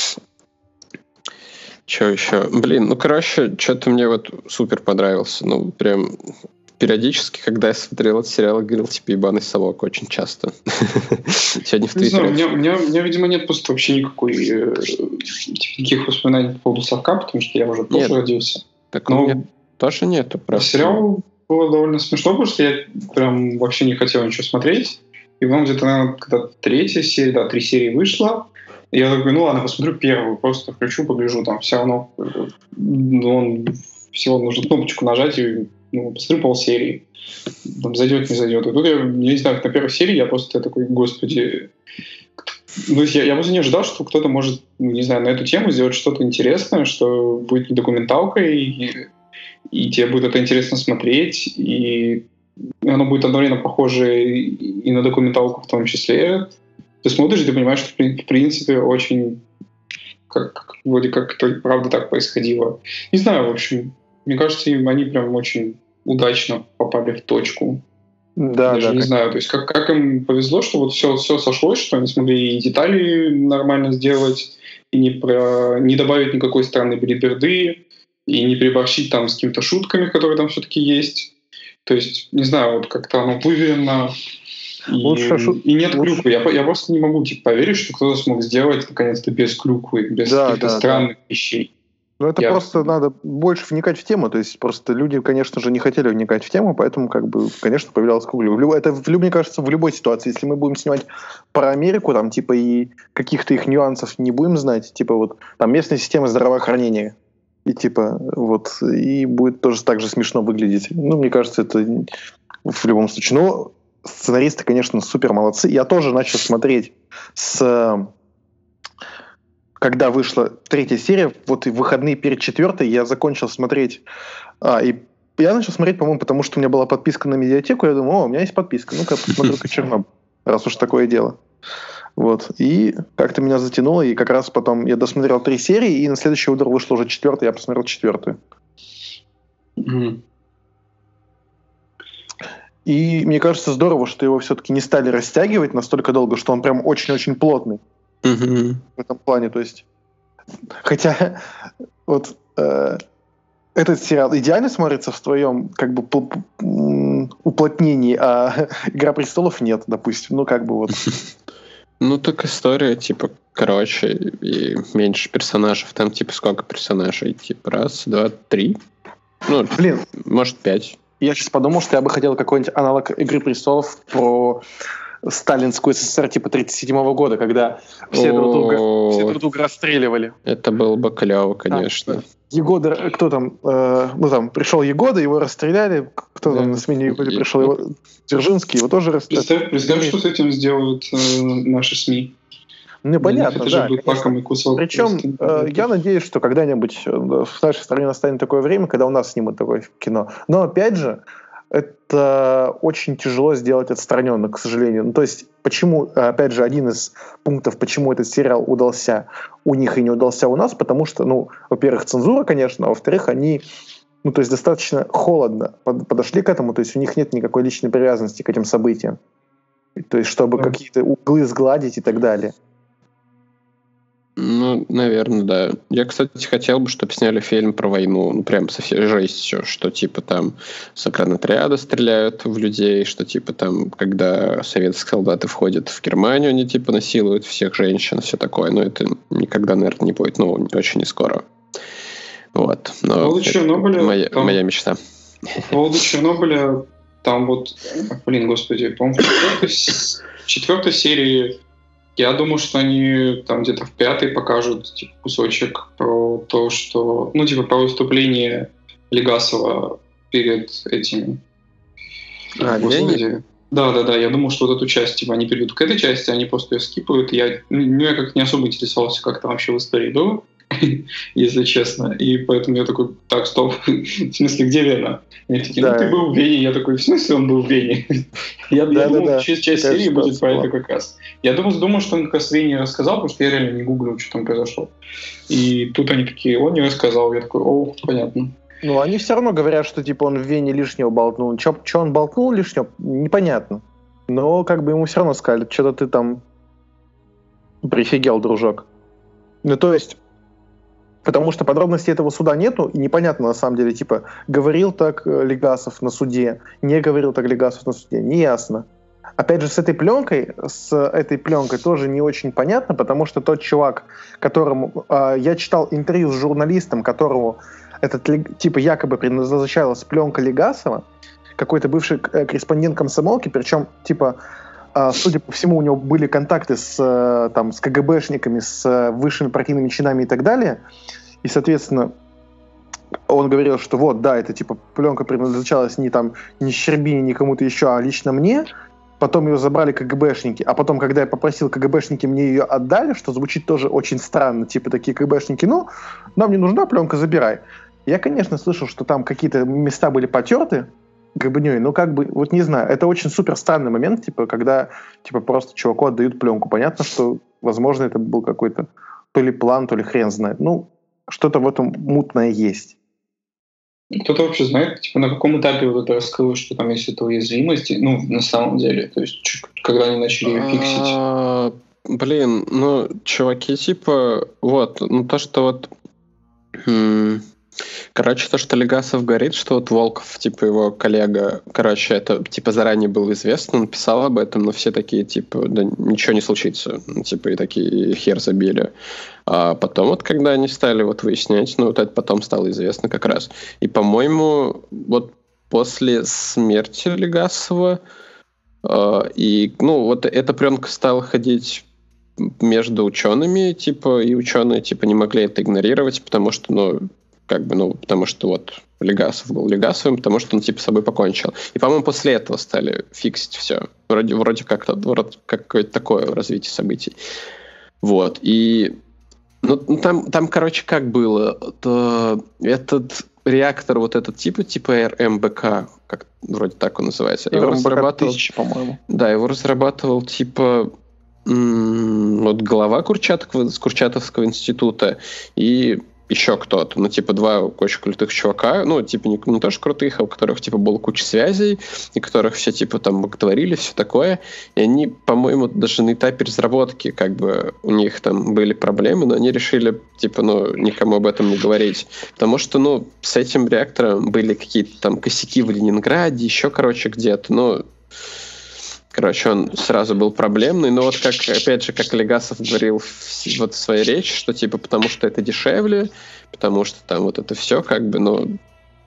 Че еще? Блин, ну, короче, что-то мне вот супер понравился. Ну, прям периодически, когда я смотрел этот сериал, говорил, типа, ебаный совок очень часто. Сегодня в Не знаю, у Твиттере. меня, у, меня, у меня, видимо, нет просто вообще никакой, э, никаких воспоминаний по поводу совка, потому что я уже тоже Нет. родился. Так Но у меня тоже нету. Просто. сериал было довольно смешно, потому что я прям вообще не хотел ничего смотреть. И потом где-то, наверное, когда третья серия, да, три серии вышла, и я такой, ну ладно, посмотрю первую, просто включу, погляжу, там все равно э, ну, он, всего нужно кнопочку нажать и ну, посмотрю полсерии. Там зайдет, не зайдет. И тут я, я не знаю, на первой серии я просто такой, господи... Ну, я, я просто не ожидал, что кто-то может, ну, не знаю, на эту тему сделать что-то интересное, что будет не документалкой, и, и тебе будет это интересно смотреть, и оно будет одновременно похоже и, и на документалку в том числе. Ты смотришь, и ты понимаешь, что в принципе очень... Как, вроде как это правда так происходило. Не знаю, в общем, мне кажется, им они прям очень удачно попали в точку. Да, Даже да. не как- знаю, то есть как, как им повезло, что вот все, все сошлось, что они смогли и детали нормально сделать, и не, про, не добавить никакой странной белиберды, и не переборщить там с какими-то шутками, которые там все-таки есть. То есть, не знаю, вот как-то оно выверено, и, Лучше шу- и нет лучше- клюквы. Я, по- я просто не могу типа, поверить, что кто-то смог сделать наконец-то без клюквы, без Да, каких-то да, странных вещей. Ну, это Я... просто надо больше вникать в тему. То есть просто люди, конечно же, не хотели вникать в тему, поэтому, как бы, конечно, появлялась Google. В любой, это, мне кажется, в любой ситуации. Если мы будем снимать про Америку, там, типа, и каких-то их нюансов не будем знать, типа, вот, там, местная система здравоохранения, и, типа, вот, и будет тоже так же смешно выглядеть. Ну, мне кажется, это в любом случае. Но сценаристы, конечно, супер молодцы. Я тоже начал смотреть с... Когда вышла третья серия, вот и в выходные перед четвертой я закончил смотреть. А, и я начал смотреть, по-моему, потому что у меня была подписка на медиатеку. Я думаю, о, у меня есть подписка. Ну-ка, посмотрю-ка Чернобыль, раз уж такое дело. Вот. И как-то меня затянуло. И как раз потом я досмотрел три серии, и на следующее утро вышла уже четвертая, я посмотрел четвертую. Mm-hmm. И мне кажется, здорово, что его все-таки не стали растягивать настолько долго, что он прям очень-очень плотный. Mm-hmm. В этом плане, то есть. Хотя вот э, этот сериал идеально смотрится в твоем как бы п- п- уплотнении, а «Игра престолов» нет, допустим. Ну, как бы вот. Ну, так история, типа, короче, и меньше персонажей. Там, типа, сколько персонажей? Типа, раз, два, три? Ну, блин, может, пять. Я сейчас подумал, что я бы хотел какой-нибудь аналог «Игры престолов» про сталинскую СССР типа тридцать седьмого года, когда все друг друга, все друг друга расстреливали. Это было бы клево, конечно. Да. Егода, кто там, э, ну там, пришел Егода, его расстреляли, кто да. там на смене Егоды пришел, его, Дзержинский, его тоже расстреляли. Представь, представь что с этим сделают э, наши СМИ. Ну, понятно, это да. же будет паком и кусок. Причем э, я надеюсь, что когда-нибудь в нашей стране настанет такое время, когда у нас снимут такое кино. Но, опять же, это очень тяжело сделать отстраненно, к сожалению. Ну, то есть, почему, опять же, один из пунктов, почему этот сериал удался у них и не удался у нас, потому что, ну, во-первых, цензура, конечно, а во-вторых, они, ну, то есть, достаточно холодно подошли к этому, то есть, у них нет никакой личной привязанности к этим событиям. То есть, чтобы да. какие-то углы сгладить и так далее. Ну, наверное, да. Я, кстати, хотел бы, чтобы сняли фильм про войну, ну, прям со всей жестью, что, типа, там загранотряды стреляют в людей, что, типа, там, когда советские солдаты входят в Германию, они, типа, насилуют всех женщин, все такое. Но это никогда, наверное, не будет, ну, очень не скоро. Вот. Но по поводу Чернобыля... Моя, там, моя мечта. По поводу Чернобыля, там вот, блин, господи, по-моему, в четвертой серии я думаю, что они там где-то в пятой покажут типа, кусочек про то, что... Ну, типа, про выступление Легасова перед этими... А, Господи. Да-да-да, я думал, что вот эту часть типа, они перейдут к этой части, они просто ее скипают. Я, ну, я как-то не особо интересовался, как там вообще в истории было, если честно. И поэтому я такой, так, стоп, в смысле, где Вена? Они такие, ну, ты был в Вене. Я такой, в смысле он был в Вене? Я думал, через часть серии будет про это как раз. Я думал, что он как раз в Вене рассказал, потому что я реально не гуглил, что там произошло. И тут они такие, он не рассказал. Я такой, о, понятно. Ну, они все равно говорят, что типа он в Вене лишнего болтнул. Че он болтнул лишнего, непонятно. Но как бы ему все равно сказали, что-то ты там прифигел, дружок. Ну, то есть, потому что подробностей этого суда нету, и непонятно на самом деле, типа, говорил так Легасов на суде, не говорил так Легасов на суде, не ясно. Опять же, с этой пленкой, с этой пленкой тоже не очень понятно, потому что тот чувак, которому... Э, я читал интервью с журналистом, которому этот, типа, якобы предназначалась пленка Легасова, какой-то бывший корреспондент комсомолки, причем, типа, э, судя по всему, у него были контакты с, э, там, с КГБшниками, с высшими партийными чинами и так далее, и, соответственно, он говорил, что вот, да, это, типа, пленка предназначалась не, там, не Щербине, ни кому-то еще, а лично мне. Потом ее забрали КГБшники, а потом, когда я попросил КГБшники, мне ее отдали, что звучит тоже очень странно, типа такие КГБшники, ну, нам не нужна пленка, забирай. Я, конечно, слышал, что там какие-то места были потерты гребней, но как бы, вот не знаю, это очень супер странный момент, типа, когда, типа, просто чуваку отдают пленку. Понятно, что, возможно, это был какой-то то ли план, то ли хрен знает. Ну, что-то в этом мутное есть. Кто-то вообще знает, типа, на каком этапе вот это раскрылось, что там есть эта уязвимость, ну, на самом деле, то есть, когда они начали ее фиксить? А, блин, ну, чуваки, типа, вот, ну, то, что вот м- Короче, то, что Легасов говорит, что вот Волков, типа его коллега, короче, это типа заранее было известно, он писал об этом, но все такие, типа, да ничего не случится. Ну, типа, и такие хер забили. А потом вот, когда они стали вот выяснять, ну, вот это потом стало известно как раз. И, по-моему, вот после смерти Легасова э, и, ну, вот эта пленка стала ходить между учеными, типа, и ученые, типа, не могли это игнорировать, потому что, ну, как бы, ну, потому что вот Легасов был Легасовым, потому что он, типа, с собой покончил. И, по-моему, после этого стали фиксить все. Вроде, вроде как-то, вроде какое-то такое развитие событий. Вот. И, ну, там, там, короче, как было, то этот реактор, вот этот типа, типа эр эм бэ ка, как вроде так он называется, его разрабатывал... тысяча, по-моему. Да, его разрабатывал, типа, м- вот глава Курчатов, с Курчатовского института и еще кто-то, ну, типа, два очень крутых чувака, ну, типа, не, не тоже крутых, а у которых, типа, было куча связей, и которых все, типа, там, боготворили, все такое, и они, по-моему, даже на этапе разработки, как бы, у них там были проблемы, но они решили, типа, ну, никому об этом не говорить, потому что, ну, с этим реактором были какие-то там косяки в Ленинграде, еще, короче, где-то, ну, короче, он сразу был проблемный, но вот как, опять же, как Легасов говорил в, вот в своей речи, что типа потому что это дешевле, потому что там вот это все как бы, ну,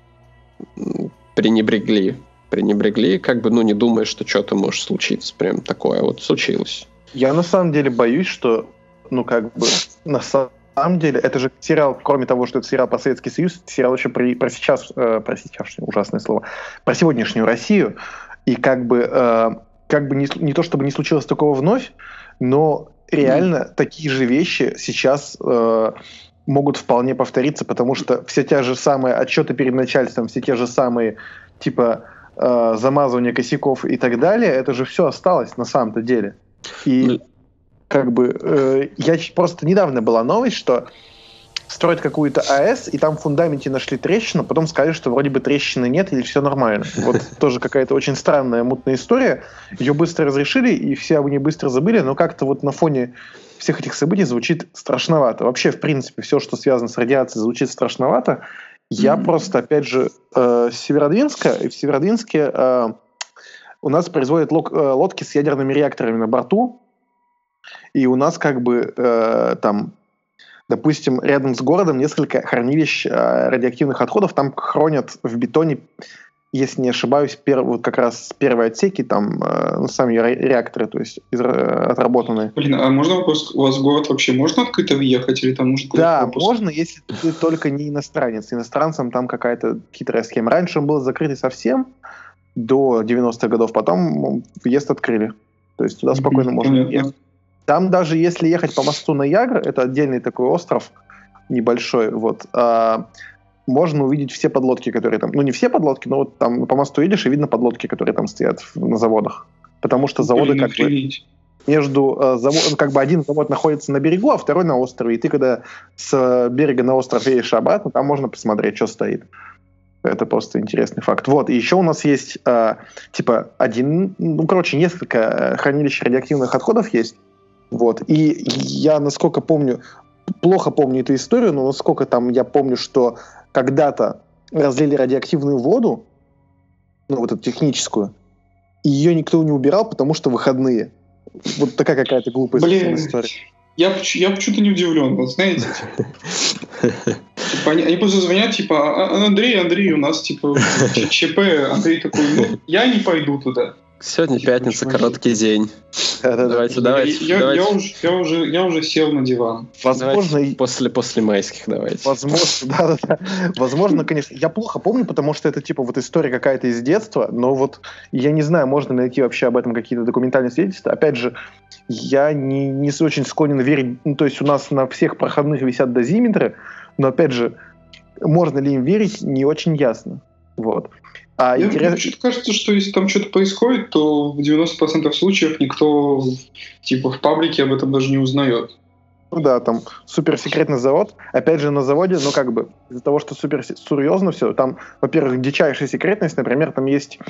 пренебрегли. Пренебрегли, как бы, ну, не думая, что что-то может случиться. Прям такое вот случилось. Я на самом деле боюсь, что, ну, как бы, на самом деле, это же сериал, кроме того, что это сериал про Советский Союз, это сериал еще про, про сейчас, э, про сейчас, ужасное слово, про сегодняшнюю Россию, и как бы... Э, как бы не, не то, чтобы не случилось такого вновь, но реально mm. такие же вещи сейчас э, могут вполне повториться, потому что все те же самые отчеты перед начальством, все те же самые типа э, замазывания косяков и так далее, это же все осталось на самом-то деле. И mm. как бы э, я просто недавно была новость, что строят какую-то АЭС, и там в фундаменте нашли трещину, потом сказали, что вроде бы трещины нет, или все нормально. Вот тоже какая-то очень странная, мутная история. Ее быстро разрешили, и все об ней быстро забыли, но как-то вот на фоне всех этих событий звучит страшновато. Вообще, в принципе, все, что связано с радиацией, звучит страшновато. Я mm-hmm. просто, опять же, э, с Северодвинска, и в Северодвинске э, у нас производят лок, э, лодки с ядерными реакторами на борту, и у нас как бы э, там допустим, рядом с городом несколько хранилищ э, радиоактивных отходов. Там хранят в бетоне, если не ошибаюсь, пер, вот как раз первые отсеки, там э, ну, сами ре- реакторы, то есть из, э, отработанные. Блин, а можно вопрос? У вас в город вообще можно открыто въехать? Или там может да, пропуск? можно, если ты только не иностранец. Иностранцам там какая-то хитрая схема. Раньше он был закрытый совсем до девяностых годов, потом въезд открыли. То есть туда спокойно mm-hmm. можно ехать. Там даже если ехать по мосту Ноягры, это отдельный такой остров небольшой, вот, а, можно увидеть все подлодки, которые там, ну не все подлодки, но вот там по мосту едешь и видно подлодки, которые там стоят на заводах, потому что заводы как бы между а, завод, как бы один завод находится на берегу, а второй на острове, и ты когда с берега на остров едешь обратно, там можно посмотреть, что стоит. Это просто интересный факт. Вот, и еще у нас есть а, типа один, ну короче, несколько хранилищ радиоактивных отходов есть. Вот. И я, насколько помню, плохо помню эту историю, но насколько там я помню, что когда-то разлили радиоактивную воду, ну вот эту техническую, и ее никто не убирал, потому что выходные. Вот такая какая-то глупая Блин, история. Я, я почему-то не удивлен, вот знаете. Типа, они, они просто звонят, типа, Андрей, Андрей, у нас типа ЧП, Андрей такой, ну, я не пойду туда. Сегодня пятница, короткий день. Давайте, давайте. Я, давайте. Я, уже, я, уже, я уже сел на диван. Возможно, давайте после, после майских давайте. Возможно, да, да, да. Возможно, конечно. Я плохо помню, потому что это типа вот история какая-то из детства, но вот я не знаю, можно ли найти вообще об этом какие-то документальные свидетельства. Опять же, я не, не очень склонен верить. Ну, то есть у нас на всех проходных висят дозиметры, но опять же, можно ли им верить, не очень ясно. Вот. А Мне интерес... кажется, что если там что-то происходит, то в девяносто процентов случаев никто типа в паблике об этом даже не узнает. Ну да, там суперсекретный завод. Опять же, на заводе, ну как бы, из-за того, что супер серьезно все, там, во-первых, дичайшая секретность, например, там есть,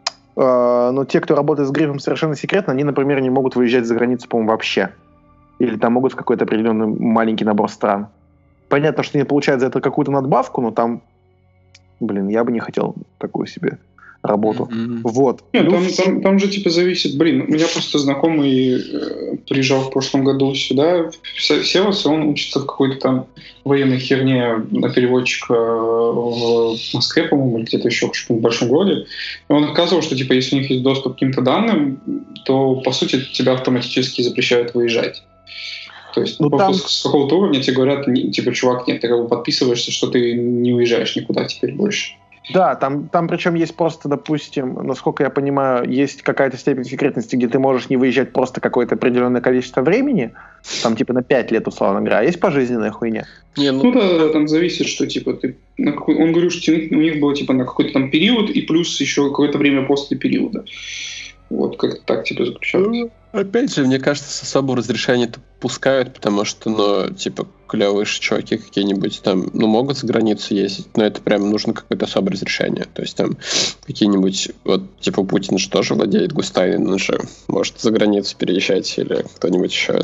э, ну, те, кто работает с грифом совершенно секретно, они, например, не могут выезжать за границу, по-моему, вообще. Или там могут в какой-то определенный маленький набор стран. понятно, что они получают за это какую-то надбавку, но там, блин, я бы не хотел такую себе работу. Mm-hmm. Вот. Нет, Плюс... там, там, там же типа зависит, блин, у меня просто знакомый э, приезжал в прошлом году сюда, в Севас, и он учится в какой-то там военной херне на переводчика в Москве, по-моему, или где-то еще в большом городе. И он рассказывал, что типа если у них есть доступ к каким-то данным, то по сути тебя автоматически запрещают выезжать. То есть ну, там... с какого-то уровня тебе говорят, типа, чувак, нет, ты как бы подписываешься, что ты не уезжаешь никуда теперь больше. Да, там, там причем есть просто, допустим, насколько я понимаю, есть какая-то степень секретности, где ты можешь не выезжать просто какое-то определенное количество времени, там типа на пять лет, условно говоря, а есть пожизненная хуйня? Не, ну... ну да, да, там зависит, что типа ты... На какой... Он говорил, что у них, у них было типа на какой-то там период и плюс еще какое-то время после периода. Вот как-то так типа заключалось. Опять же, мне кажется, с особым разрешением-то пускают, потому что, ну, типа, клевые чуваки какие-нибудь там, ну, могут за границу ездить, но это прям нужно какое-то особое разрешение. То есть там какие-нибудь, вот, типа, Путин же тоже владеет Густайном, он же может за границу переезжать или кто-нибудь еще.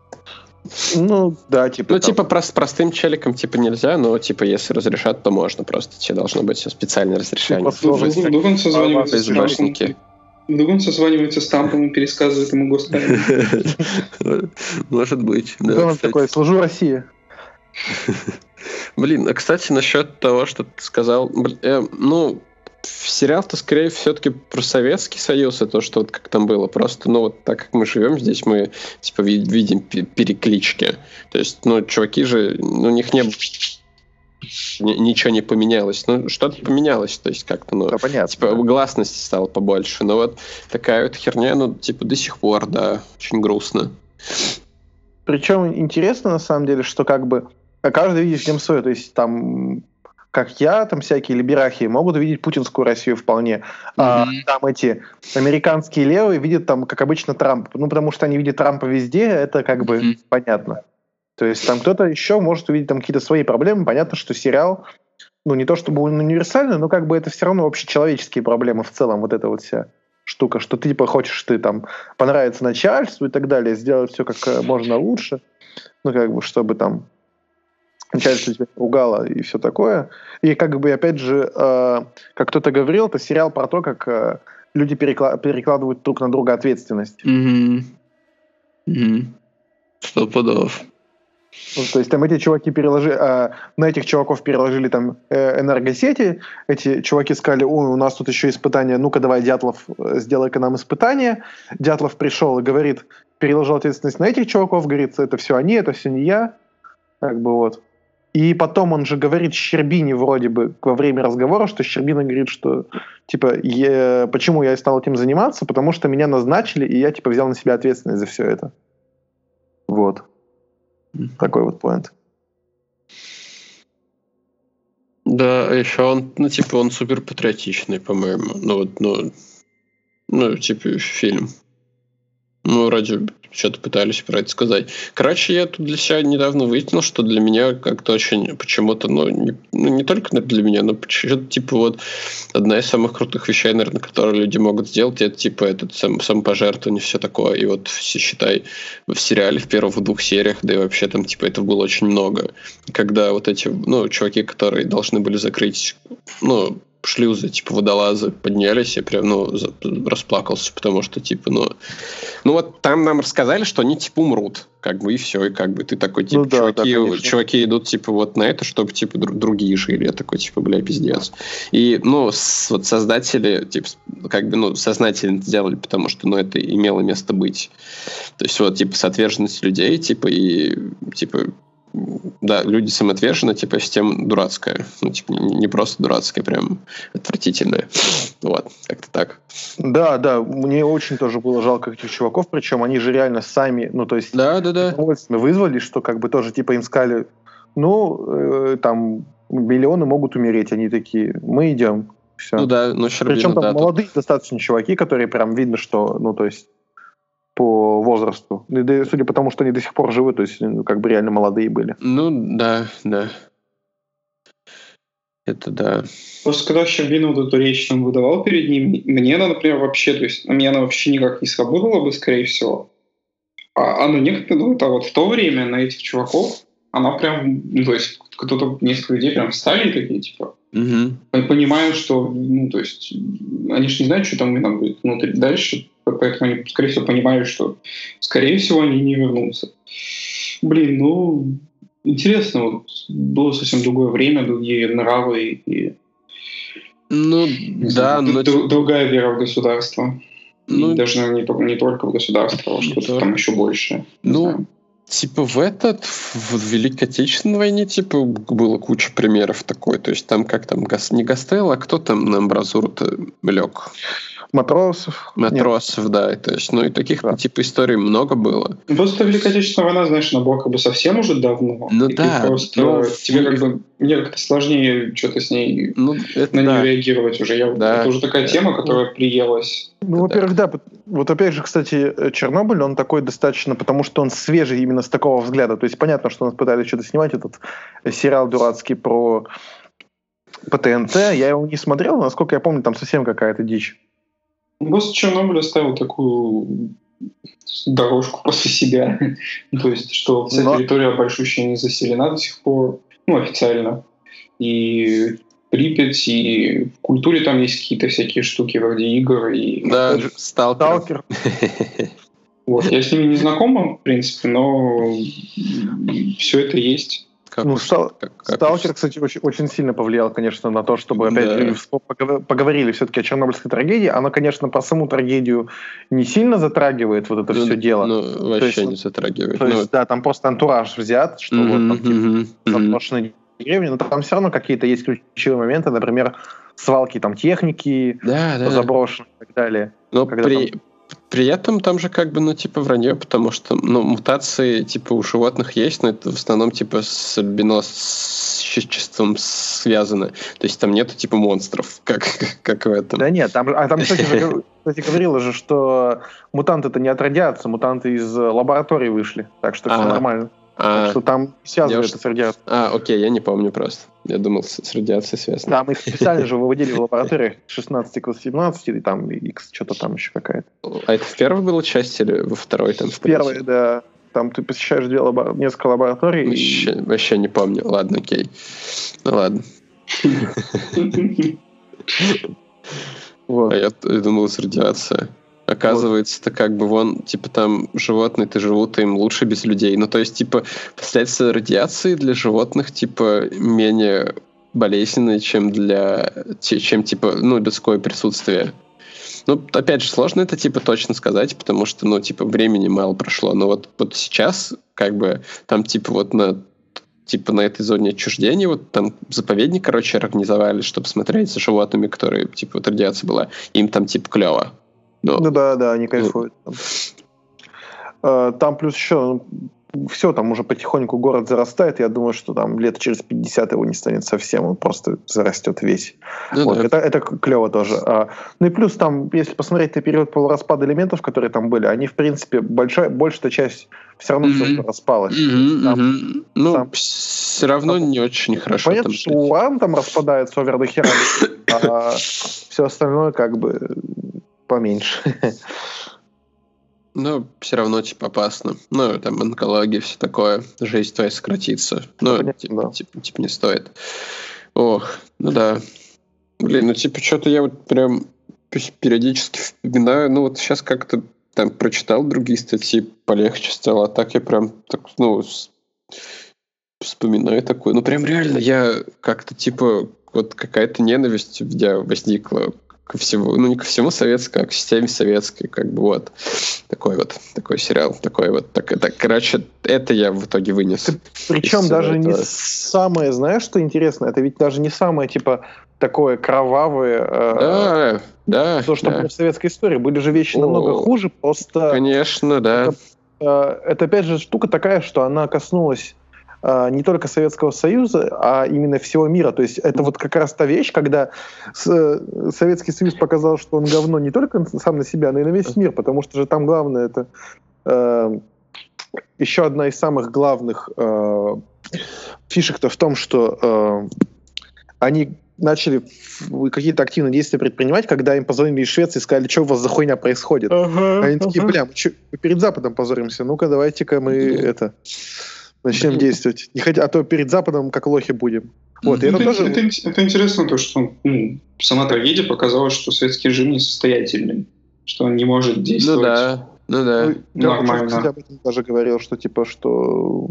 Ну, да, типа... Ну, там... типа, прост, простым челикам, типа, нельзя, но, типа, если разрешат, то можно просто. Тебе должно быть специальное разрешение. Вдруг он созванивается с Трампом. Вдруг он созванивается с Трампом и пересказывает ему Гостайну. Может быть, да. Да, он такой, служу России. Блин, а, кстати, насчет того, что ты сказал, э, ну, сериал-то скорее все-таки про Советский Союз, и то, что вот как там было. Просто, ну, вот так как мы живем здесь, мы, типа, видим переклички. То есть, ну, чуваки же, ну, у них не было... Ничего не поменялось. Ну, что-то поменялось, то есть как-то, ну, да, понятно, типа, да. гласности стало побольше. Но вот такая вот херня, ну, типа, до сих пор, да, очень грустно. Причем интересно, на самом деле, что как бы каждый видит в нем свое. То есть там, как я, там всякие либерахи могут видеть путинскую Россию вполне. Mm-hmm. А там эти американские левые видят там, как обычно, Трампа. Ну, потому что они видят Трампа везде, это как бы mm-hmm. понятно. То есть там кто-то еще может увидеть там какие-то свои проблемы. Понятно, что сериал, ну, не то чтобы он универсальный, но как бы это все равно общечеловеческие проблемы в целом, вот эта вот вся штука, что ты типа хочешь, ты там понравиться начальству и так далее, сделать все как можно лучше, ну, как бы, чтобы там начальство тебя ругало и все такое. И как бы, опять же, э, как кто-то говорил, это сериал про то, как э, люди перекла- перекладывают друг на друга ответственность. Mm-hmm. Mm-hmm. Сто пудов. Ну, то есть там эти чуваки переложили, а, на этих чуваков переложили там э, энергосети, эти чуваки сказали, ой, у нас тут еще испытания, ну-ка давай, Дятлов, сделай-ка нам испытание. Дятлов пришел и говорит, переложил ответственность на этих чуваков, говорит, это все они, это все не я, как бы вот. И потом он же говорит Щербине вроде бы во время разговора, что Щербина говорит, что типа, я, почему я стал этим заниматься, потому что меня назначили, и я типа взял на себя ответственность за все это. Вот. Такой вот поинт. Да, еще он, ну, типа, он супер патриотичный, по-моему. Ну, вот, ну, ну, типа, фильм. Ну, вроде что-то пытались про это сказать. Короче, я тут для себя недавно выяснил, что для меня как-то очень почему-то, ну, не, ну, не только для меня, но почему-то, типа, вот одна из самых крутых вещей, наверное, которые люди могут сделать, это, типа, этот сам, самопожертвование, все такое. И вот, считай, в сериале в первых двух сериях, да и вообще там, типа, это было очень много. Когда вот эти, ну, чуваки, которые должны были закрыть, ну, шлюзы, типа, водолазы поднялись, я прям, ну, расплакался, потому что, типа, ну... Ну, вот там нам рассказали, что они, типа, умрут, как бы, и все, и как бы ты такой, типа, ну, да, чуваки, да, чуваки идут, типа, вот на это, чтобы, типа, друг, другие жили. Я такой, типа, бля, пиздец. И, ну, с, вот создатели, типа, как бы, ну, сознательно это делали, потому что, ну, это имело место быть. То есть, вот, типа, соответственность людей, типа, и, типа... Да, люди самоотвержены, типа, система дурацкая. Ну, типа, не просто дурацкая, прям отвратительная. Вот, как-то так. Да, да, мне очень тоже было жалко этих чуваков, причем они же реально сами, ну, то есть, да, да, да. вызвали, что как бы тоже, типа, им сказали, ну, э, там, миллионы могут умереть, они такие, мы идем, все. Ну да, но Щербина, причем там да, молодые тут... достаточно чуваки, которые прям видно, что, ну, то есть, по возрасту. И, судя по тому, что они до сих пор живы, то есть, ну, как бы реально молодые были. Ну, да, да. Это да. Просто когда Щербина вот эту речь там выдавал перед ним, мне она, например, вообще, то есть, на меня она вообще никак не сработала бы, скорее всего. А, а ну, некоторые, ну, это вот в то время на этих чуваков она прям, ну, то есть кто-то, несколько людей прям встали такие, типа, Угу. мы понимаем, что, ну, то есть, они же не знают, что там именно будет внутри дальше, поэтому они, скорее всего, понимают, что, скорее всего, они не вернутся. Блин, ну, интересно, вот, было совсем другое время, другие нравы и... Ну, да, но... Д- другая вера в государство. Ну, и даже не, только- не только в государство, а что-то только. там еще больше. Не Ну, знаю. типа в этот, в Великой Отечественной войне, типа, было куча примеров такой. То есть там как там, Гас- не Гастелло, а кто там на амбразуру-то лег? Матросов. Матросов, да. То есть, ну и таких, Да. типа, историй много было. Ну, Просто Великая Отечественная война, знаешь, она была как бы совсем уже давно. Ну и да, ты просто, но- тебе как бы, мне как-то сложнее что-то с ней, Ну, это на да. нее реагировать уже. Я, Да. Это уже такая Да. тема, которая приелась. Ну, Да. во-первых, да. пот- Вот опять же, кстати, э, Чернобыль, он такой достаточно, потому что он свежий именно с такого взгляда. То есть понятно, что нас пытались что-то снимать, этот э, сериал дурацкий про по ТНТ. Я его не смотрел, но, насколько я помню, там совсем какая-то дичь. Просто Чернобыль оставил такую дорожку после себя. То есть, что вся Но- территория большущая не заселена до сих пор, ну, официально. И Припять, и в культуре там есть какие-то всякие штуки вроде игр. И... Да, Опять же, сталкер. Сталкер. Вот. Я с ними не знаком, в принципе, но все это есть. Как Ну, уж- стал- как- как Сталкер, уж- кстати, очень, очень сильно повлиял, конечно, на то, чтобы, опять Да. же, вспом- поговор- поговорили все-таки о чернобыльской трагедии. Она, конечно, по саму трагедию не сильно затрагивает вот это Ну, все дело. Ну, вообще есть, не затрагивает. То Ну, есть, да, там просто антураж взят, что мгм, вот там типа мгм, мгм. заброшенные деревни, но там все равно какие-то есть ключевые моменты, например, свалки там техники, Да, да. заброшенные и так далее. Но когда при, при этом там же как бы, ну, типа, вранье, потому что, ну, мутации, типа, у животных есть, но это в основном, типа, с альбиносчеством связано. То есть там нету, типа, монстров, как, как в этом. Да нет, там, а там, кстати, же, кстати, говорила же, что мутанты-то не от радиации, мутанты из э, лаборатории вышли, так что все А. нормально. А, Так что там связано я это уж- с радиацией. а, окей, я не помню просто. Я думал, с, с радиацией связано. Там их специально же выводили в лабораториях шестнадцать к семнадцать, и там X, что-то там еще какая-то. А это в первой была часть или во второй? Там, в Первое, принципе? да, там ты посещаешь две лабо- несколько лабораторий. и- Вообще, вообще не помню. Ладно, окей. Ну ладно. Вот. А я, я думал, с радиацией. Оказывается, это как бы вон, типа там животные-то живут, им лучше без людей. Ну, то есть, типа, последствия радиации для животных, типа, менее болезненные, чем для, те- чем, типа, ну, людское присутствие. Ну, опять же, сложно это, типа, точно сказать, потому что, ну, типа, времени мало прошло. Но вот, вот сейчас, как бы, там, типа, вот на типа на этой зоне отчуждения, вот там заповедник, короче, организовали, чтобы смотреть за животными, которые, типа, вот радиация была. Им там, типа, клево. Но, Ну да, да, они кайфуют. Там, Э, там плюс еще все, там уже потихоньку город зарастает. Я думаю, что там лет через пятьдесят его не станет совсем, он просто зарастет весь. ну Вот, да. это, это клево тоже. А, ну и плюс там, если посмотреть на период полураспада элементов, которые там были, они, в принципе, большая, большая часть все равно Мгм. все распалась. Мгм, Там- мгм. Ну, там- все равно там- не очень хорошо. Понятно, там что жить. уран там распадается овер до хера, а все остальное как бы поменьше. Но все равно, типа, опасно. Ну, там, онкология, все такое. Жизнь твоя сократится. Ну, Понятно, типа, да. типа, типа, не стоит. Ох, ну да. Блин, ну, типа, что-то я вот прям пи- периодически вспоминаю. Ну, вот сейчас как-то там прочитал другие статьи, полегче стало. А так я прям, так, ну, с- вспоминаю такое. Ну, прям реально я как-то, типа, вот какая-то ненависть у меня возникла ко всему, ну, не ко всему советскому, а к системе советской, как бы вот. Такой вот, такой сериал, такой вот. Так, так, короче, это я в итоге вынес. Причем из даже не этого. самое, знаешь, что интересно, это ведь даже не самое, типа, такое кровавое, э, Да, да, то, что да. было в советской истории. Были же вещи О, намного хуже, просто Конечно, да. э, это, опять же, штука такая, что она коснулась э, не только Советского Союза, а именно всего мира. То есть это вот как раз та вещь, когда с- э, Советский Союз показал, что он говно не только сам на себя, но и на весь мир, потому что же там главное это э, еще одна из самых главных э, фишек-то в том, что э, они начали в- какие-то активные действия предпринимать, когда им позвонили из Швеции и сказали, что у вас за хуйня происходит. Они такие, бля, мы, чё, мы перед Западом позоримся, ну-ка давайте-ка мы это начнем Блин. действовать. Не хотя, а то перед Западом как лохи будем. Вот, это, это, тоже... это, это интересно, то, что ну, сама трагедия показала, что советский режим несостоятельный, что он не может действовать. Ну да, ну да. Ну, нормально. Я, кстати, об этом даже говорил, что типа, что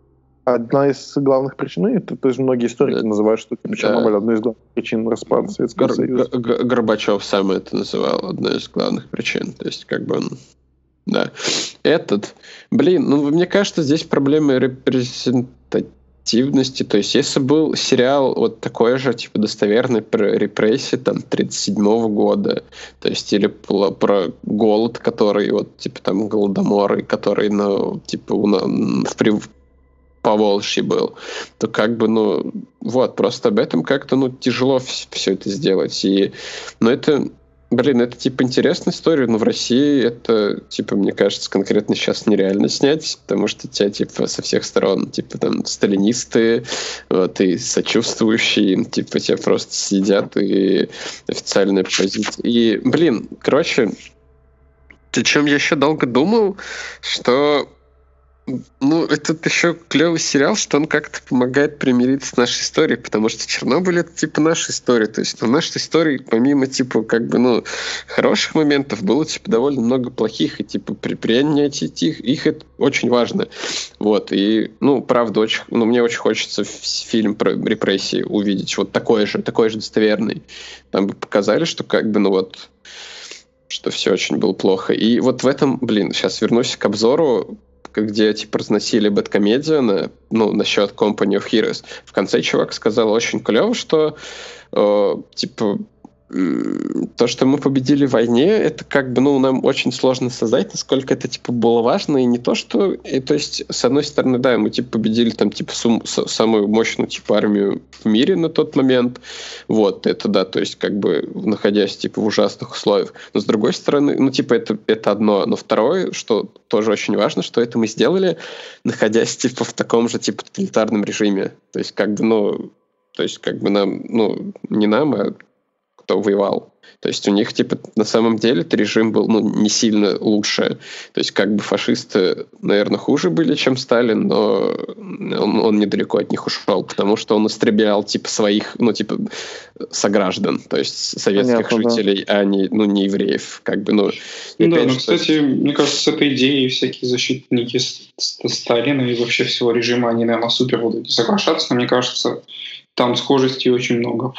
одна из главных причин, ну, это, то есть многие историки да. называют, что типа, Чернобыль да. одной из главных причин распада Советского Гор- Союза. Г- Горбачев сам это называл одной из главных причин. То есть, как бы он... Да. Этот... Блин, ну, мне кажется, здесь проблема репрезентативности. То есть, если был сериал вот такой же, типа, достоверный про репрессии, там, тридцать седьмого года, то есть, или про, про голод, который, вот, типа, там, голодомор, который, ну, типа, у, в, в Поволжье был, то как бы, ну, вот, просто об этом как-то, ну, тяжело все это сделать. И, ну, это, блин, это, типа, интересная история, но в России это, типа, мне кажется, конкретно сейчас нереально снять, потому что тебя, типа, со всех сторон, типа, там, сталинисты, вот, и сочувствующие им, типа, тебя просто сидят, и официальная позиция. И, блин, короче, о чем я еще долго думал, что ну, это еще клевый сериал, что он как-то помогает примириться с нашей историей, потому что Чернобыль — это, типа, наша история. То есть в нашей истории, помимо, типа, как бы, ну, хороших моментов, было, типа, довольно много плохих, и, типа, при принятии их, их это очень важно. Вот, и, ну, правда, очень, ну, мне очень хочется фильм про репрессии увидеть, вот такой же, такой же достоверный. Там бы показали, что, как бы, ну, вот, что все очень было плохо. И вот в этом, блин, сейчас вернусь к обзору, где, типа, разносили Бэдкомедиана, ну, насчет Company of Heroes. В конце чувак сказал очень клево, что, э, типа, то, что мы победили в войне, это как бы, ну, нам очень сложно создать, насколько это, типа, было важно, и не то, что... И, то есть, с одной стороны, да, мы, типа, победили там, типа, сум, с, самую мощную, типа, армию в мире на тот момент. Вот, это, да, то есть, как бы, находясь, типа, в ужасных условиях. Но, с другой стороны, ну, типа, это, это одно. Но второе, что тоже очень важно, что это мы сделали, находясь, типа, в таком же, типа, тоталитарном режиме. То есть, как бы, ну... То есть, как бы нам... Ну, не нам, а кто воевал. То есть у них, типа, на самом деле этот режим был, ну, не сильно лучше. То есть как бы фашисты, наверное, хуже были, чем Сталин, но он, он недалеко от них ушел, потому что он истреблял, типа, своих, ну, типа, сограждан, то есть советских Понятно, жителей, да. а не, ну, не евреев. Как бы, ну, ну да, но, кстати, есть... мне кажется, с этой идеей всякие защитники Сталина и вообще всего режима, они, наверное, супер будут соглашаться, но мне кажется, там схожестей очень много.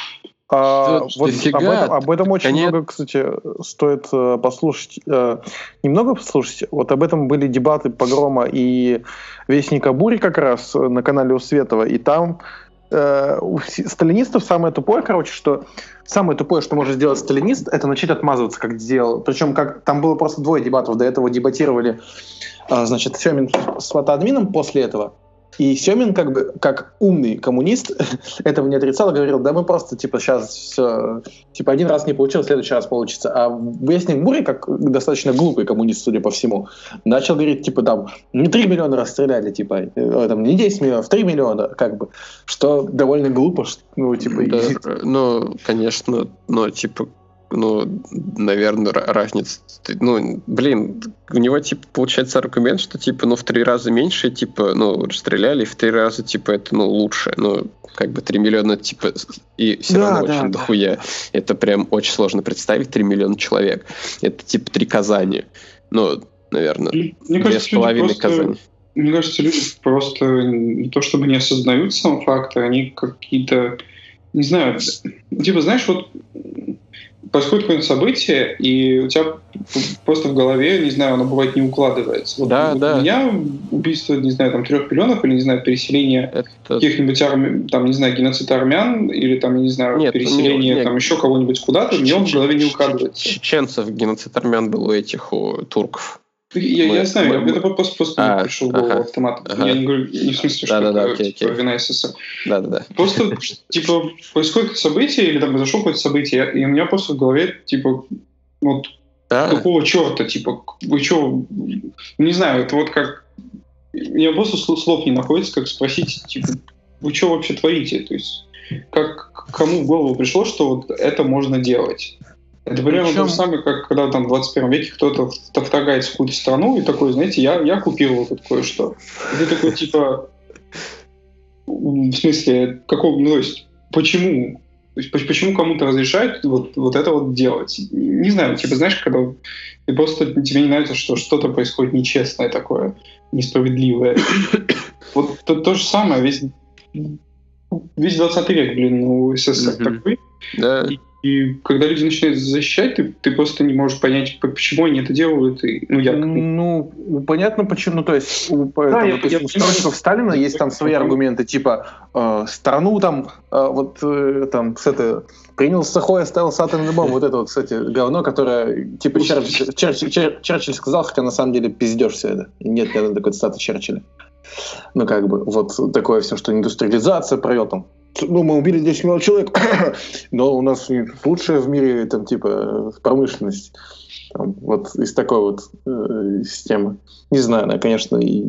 А, вот об этом, об этом очень Конечно. много, кстати, стоит uh, послушать. Uh, немного послушать. Вот об этом были дебаты Погрома и Вестника Бури как раз на канале у Светова. И там uh, у сталинистов самое тупое, короче, что самое тупое, что может сделать сталинист, это начать отмазываться, как делал. Причем как там было просто двое дебатов. До этого дебатировали, uh, значит, Фемин с фотоадмином после этого. И Семин, как бы, как умный коммунист, этого не отрицал, говорил, да мы просто, типа, сейчас все, типа, один раз не получилось, в следующий раз получится. А Вестник Бури, как достаточно глупый коммунист, судя по всему, начал говорить, типа, там, не три миллиона расстреляли, типа, там, не десять миллионов, три миллиона, как бы, что довольно глупо, что, ну, типа... Да, и... Ну, конечно, но, типа, ну, наверное, разница. Ну, блин, у него, типа, получается аргумент, что, типа, ну, в три раза меньше, типа, ну, расстреляли, и в три раза, типа, это, ну, лучше. Ну, как бы три миллиона, типа, и все да, равно да, очень да. дохуя. Это прям очень сложно представить, три миллиона человек. Это, типа, три Казани. Ну, наверное, мне две кажется, с половиной просто... Казани. Мне кажется, люди просто не то чтобы не осознают сам факт, они какие-то, не знаю, типа, знаешь, вот происходит какое-нибудь событие, и у тебя просто в голове, не знаю, оно бывает не укладывается. Вот, да, вот да. У меня убийство, не знаю, там, трех миллионов, или, не знаю, переселение Это... каких-нибудь, арми... там, не знаю, геноцид армян, или, там, не знаю, нет, переселение, нет, там, нет. еще кого-нибудь куда-то, в нем в голове не укладывается. Чеченцев геноцид армян был у этих, у турков. Я, мы, я знаю, мы, это мы... просто, просто а, пришел в голову ага, автомат. Ага. Я не говорю, не в смысле, что да, это да, да, окей, типа, окей. вина СССР. Да, да, да. Просто, типа, происходит событие, или там произошло какое-то событие, и у меня просто в голове, типа, вот, да. какого черта, типа, вы что, не знаю, это вот как, у меня просто слов не находится, как спросить, типа, вы что вообще творите? То есть, как кому в голову пришло, что вот это можно делать? Это примерно Причем... то же самое, как когда там в двадцать первом веке кто-то вторгается в какую-то страну и такой, знаете, я, я купил вот тут кое-что. И ты такой, типа, В смысле, какого, ну, то есть, почему? То есть, почему кому-то разрешают вот, вот это вот делать? Не знаю, типа, знаешь, когда ты просто, тебе не нравится, что что-то происходит нечестное такое, несправедливое. Вот то, то же самое, весь, весь двадцатый век, блин, у СССР mm-hmm. такой. Да. И, и когда люди начинают защищать, ты, ты просто не можешь понять, почему они это делают. И, ну, я... ну, понятно почему. Ну, то есть у, да, там, я, допустим, я, у сторонников Сталина есть там свои аргументы, типа э, страну там, э, вот э, там, с это, принял сухой, оставил с атомной бомбой. Вот это вот, кстати, говно, которое типа Черчилль, Черчилль, Черчилль, Черчилль сказал, хотя на самом деле пиздешь все это. Нет ни одной такой цитаты Черчилля. Ну, как бы, вот такое все, что индустриализация провел там. Ну, мы убили десять миллионов человек, но у нас лучшая в мире там, типа, промышленность. Там, вот из такой вот э, системы. Не знаю, она, конечно, и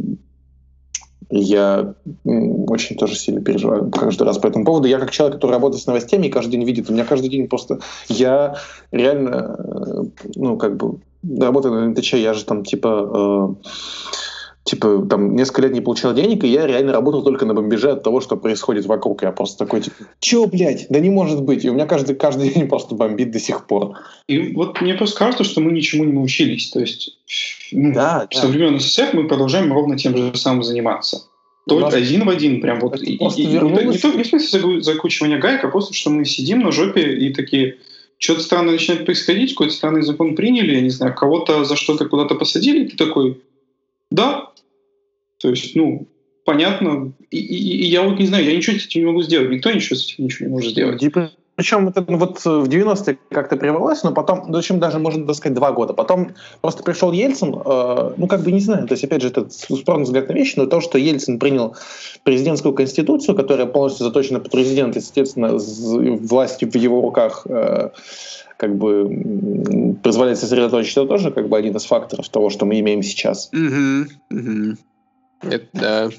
я очень тоже сильно переживаю каждый раз по этому поводу. Я как человек, который работает с новостями и каждый день видит, у меня каждый день просто... Я реально, ну, как бы, работаю на эн тэ че, я же там, типа... Э, Типа, там, несколько лет не получал денег, и я реально работал только на бомбеже от того, что происходит вокруг. Я просто такой, типа, чё, блядь, да не может быть. И у меня каждый, каждый день просто бомбит до сих пор. И вот мне просто кажется, что мы ничему не научились. То есть, ну, да, со да. времен эс эс эс эр мы продолжаем ровно тем же самым заниматься. Только нас... один в один, прям вот. И, и, и, не, не, то, не в смысле закручивания гаек, а просто, что мы сидим на жопе и такие... Что-то странное начинает происходить, какой-то странный закон приняли, я не знаю, кого-то за что-то куда-то посадили, ты такой... Да. То есть, ну, понятно. И, и, и я вот не знаю, я ничего с этим не могу сделать. Никто ничего с этим ничего не может сделать. И причем это вот в девяностые как-то прервалось, но потом, причем даже, можно сказать, два года. Потом просто пришел Ельцин, э, ну, как бы не знаю, то есть, опять же, это спорный взгляд на вещи, но то, что Ельцин принял президентскую конституцию, которая полностью заточена под президента, естественно, власть в его руках, э, как бы позволяет сосредоточить, это тоже как бы один из факторов того, что мы имеем сейчас. Mm-hmm. Mm-hmm. Это, да.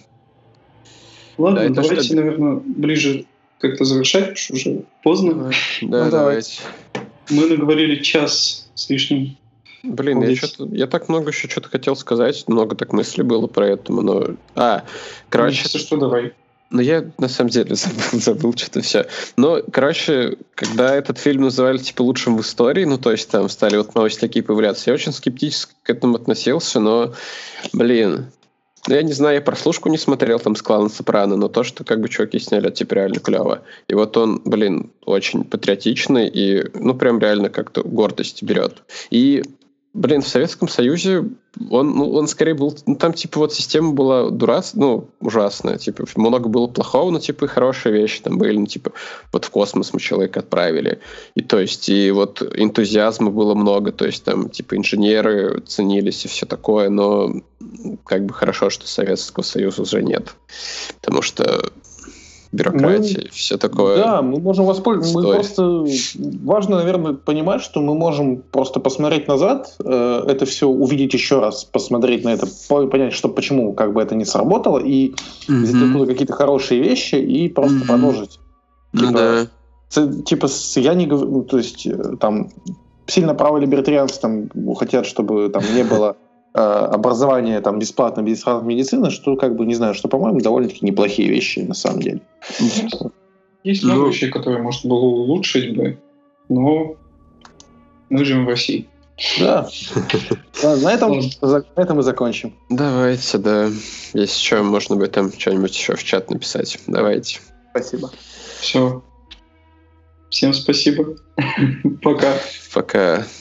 Ладно, да, давайте, что... наверное, ближе как-то завершать, потому что уже поздно. Да, ну, давайте. давайте. Мы наговорили час с лишним. Блин, я, я так много еще что-то хотел сказать, много так мыслей было про это, но... А, короче... Ну, что, давай. Ну, я на самом деле забыл, забыл что-то все. Но, короче, когда этот фильм называли, типа, лучшим в истории, ну, то есть там стали вот новости такие появляться, я очень скептически к этому относился, но, блин... Ну, я не знаю, я прослушку не смотрел там с кланом Сопрано, но то, что как бы чуваки сняли, это типа реально клево. И вот он, блин, очень патриотичный и, ну, прям реально как-то гордость берет. И, блин, в Советском Союзе он, ну, он скорее был... Ну, там, типа, вот система была дурацкая, ну, ужасная. Типа, много было плохого, но, типа, и хорошие вещи там были. Ну, типа, вот в космос мы человека отправили. И, то есть, и вот энтузиазма было много. То есть, там, типа, инженеры ценились и все такое. Но, как бы, хорошо, что Советского Союза уже нет. Потому что... бюрократия, мы, все такое. Да, мы можем воспользоваться. Мы просто важно, наверное, понимать, что мы можем просто посмотреть назад, э, это все увидеть еще раз, посмотреть на это, понять, что почему как бы это не сработало, и mm-hmm. взять оттуда какие-то хорошие вещи и просто mm-hmm. продолжить. Типа, ну, да. ц, типа я не говорю, то есть там сильно правые либертарианцы там хотят, чтобы там не было образование там бесплатно, бесплатная медицина, что как бы не знаю, что, по-моему, довольно-таки неплохие вещи на самом деле. Есть много ну, вещей, которые можно было улучшить бы, но мы живем в России. Да. На этом, на этом и закончим. Давайте, да. Если что, можно бы там что-нибудь еще в чат написать. Давайте. Спасибо. Все. Всем спасибо. Пока. Пока.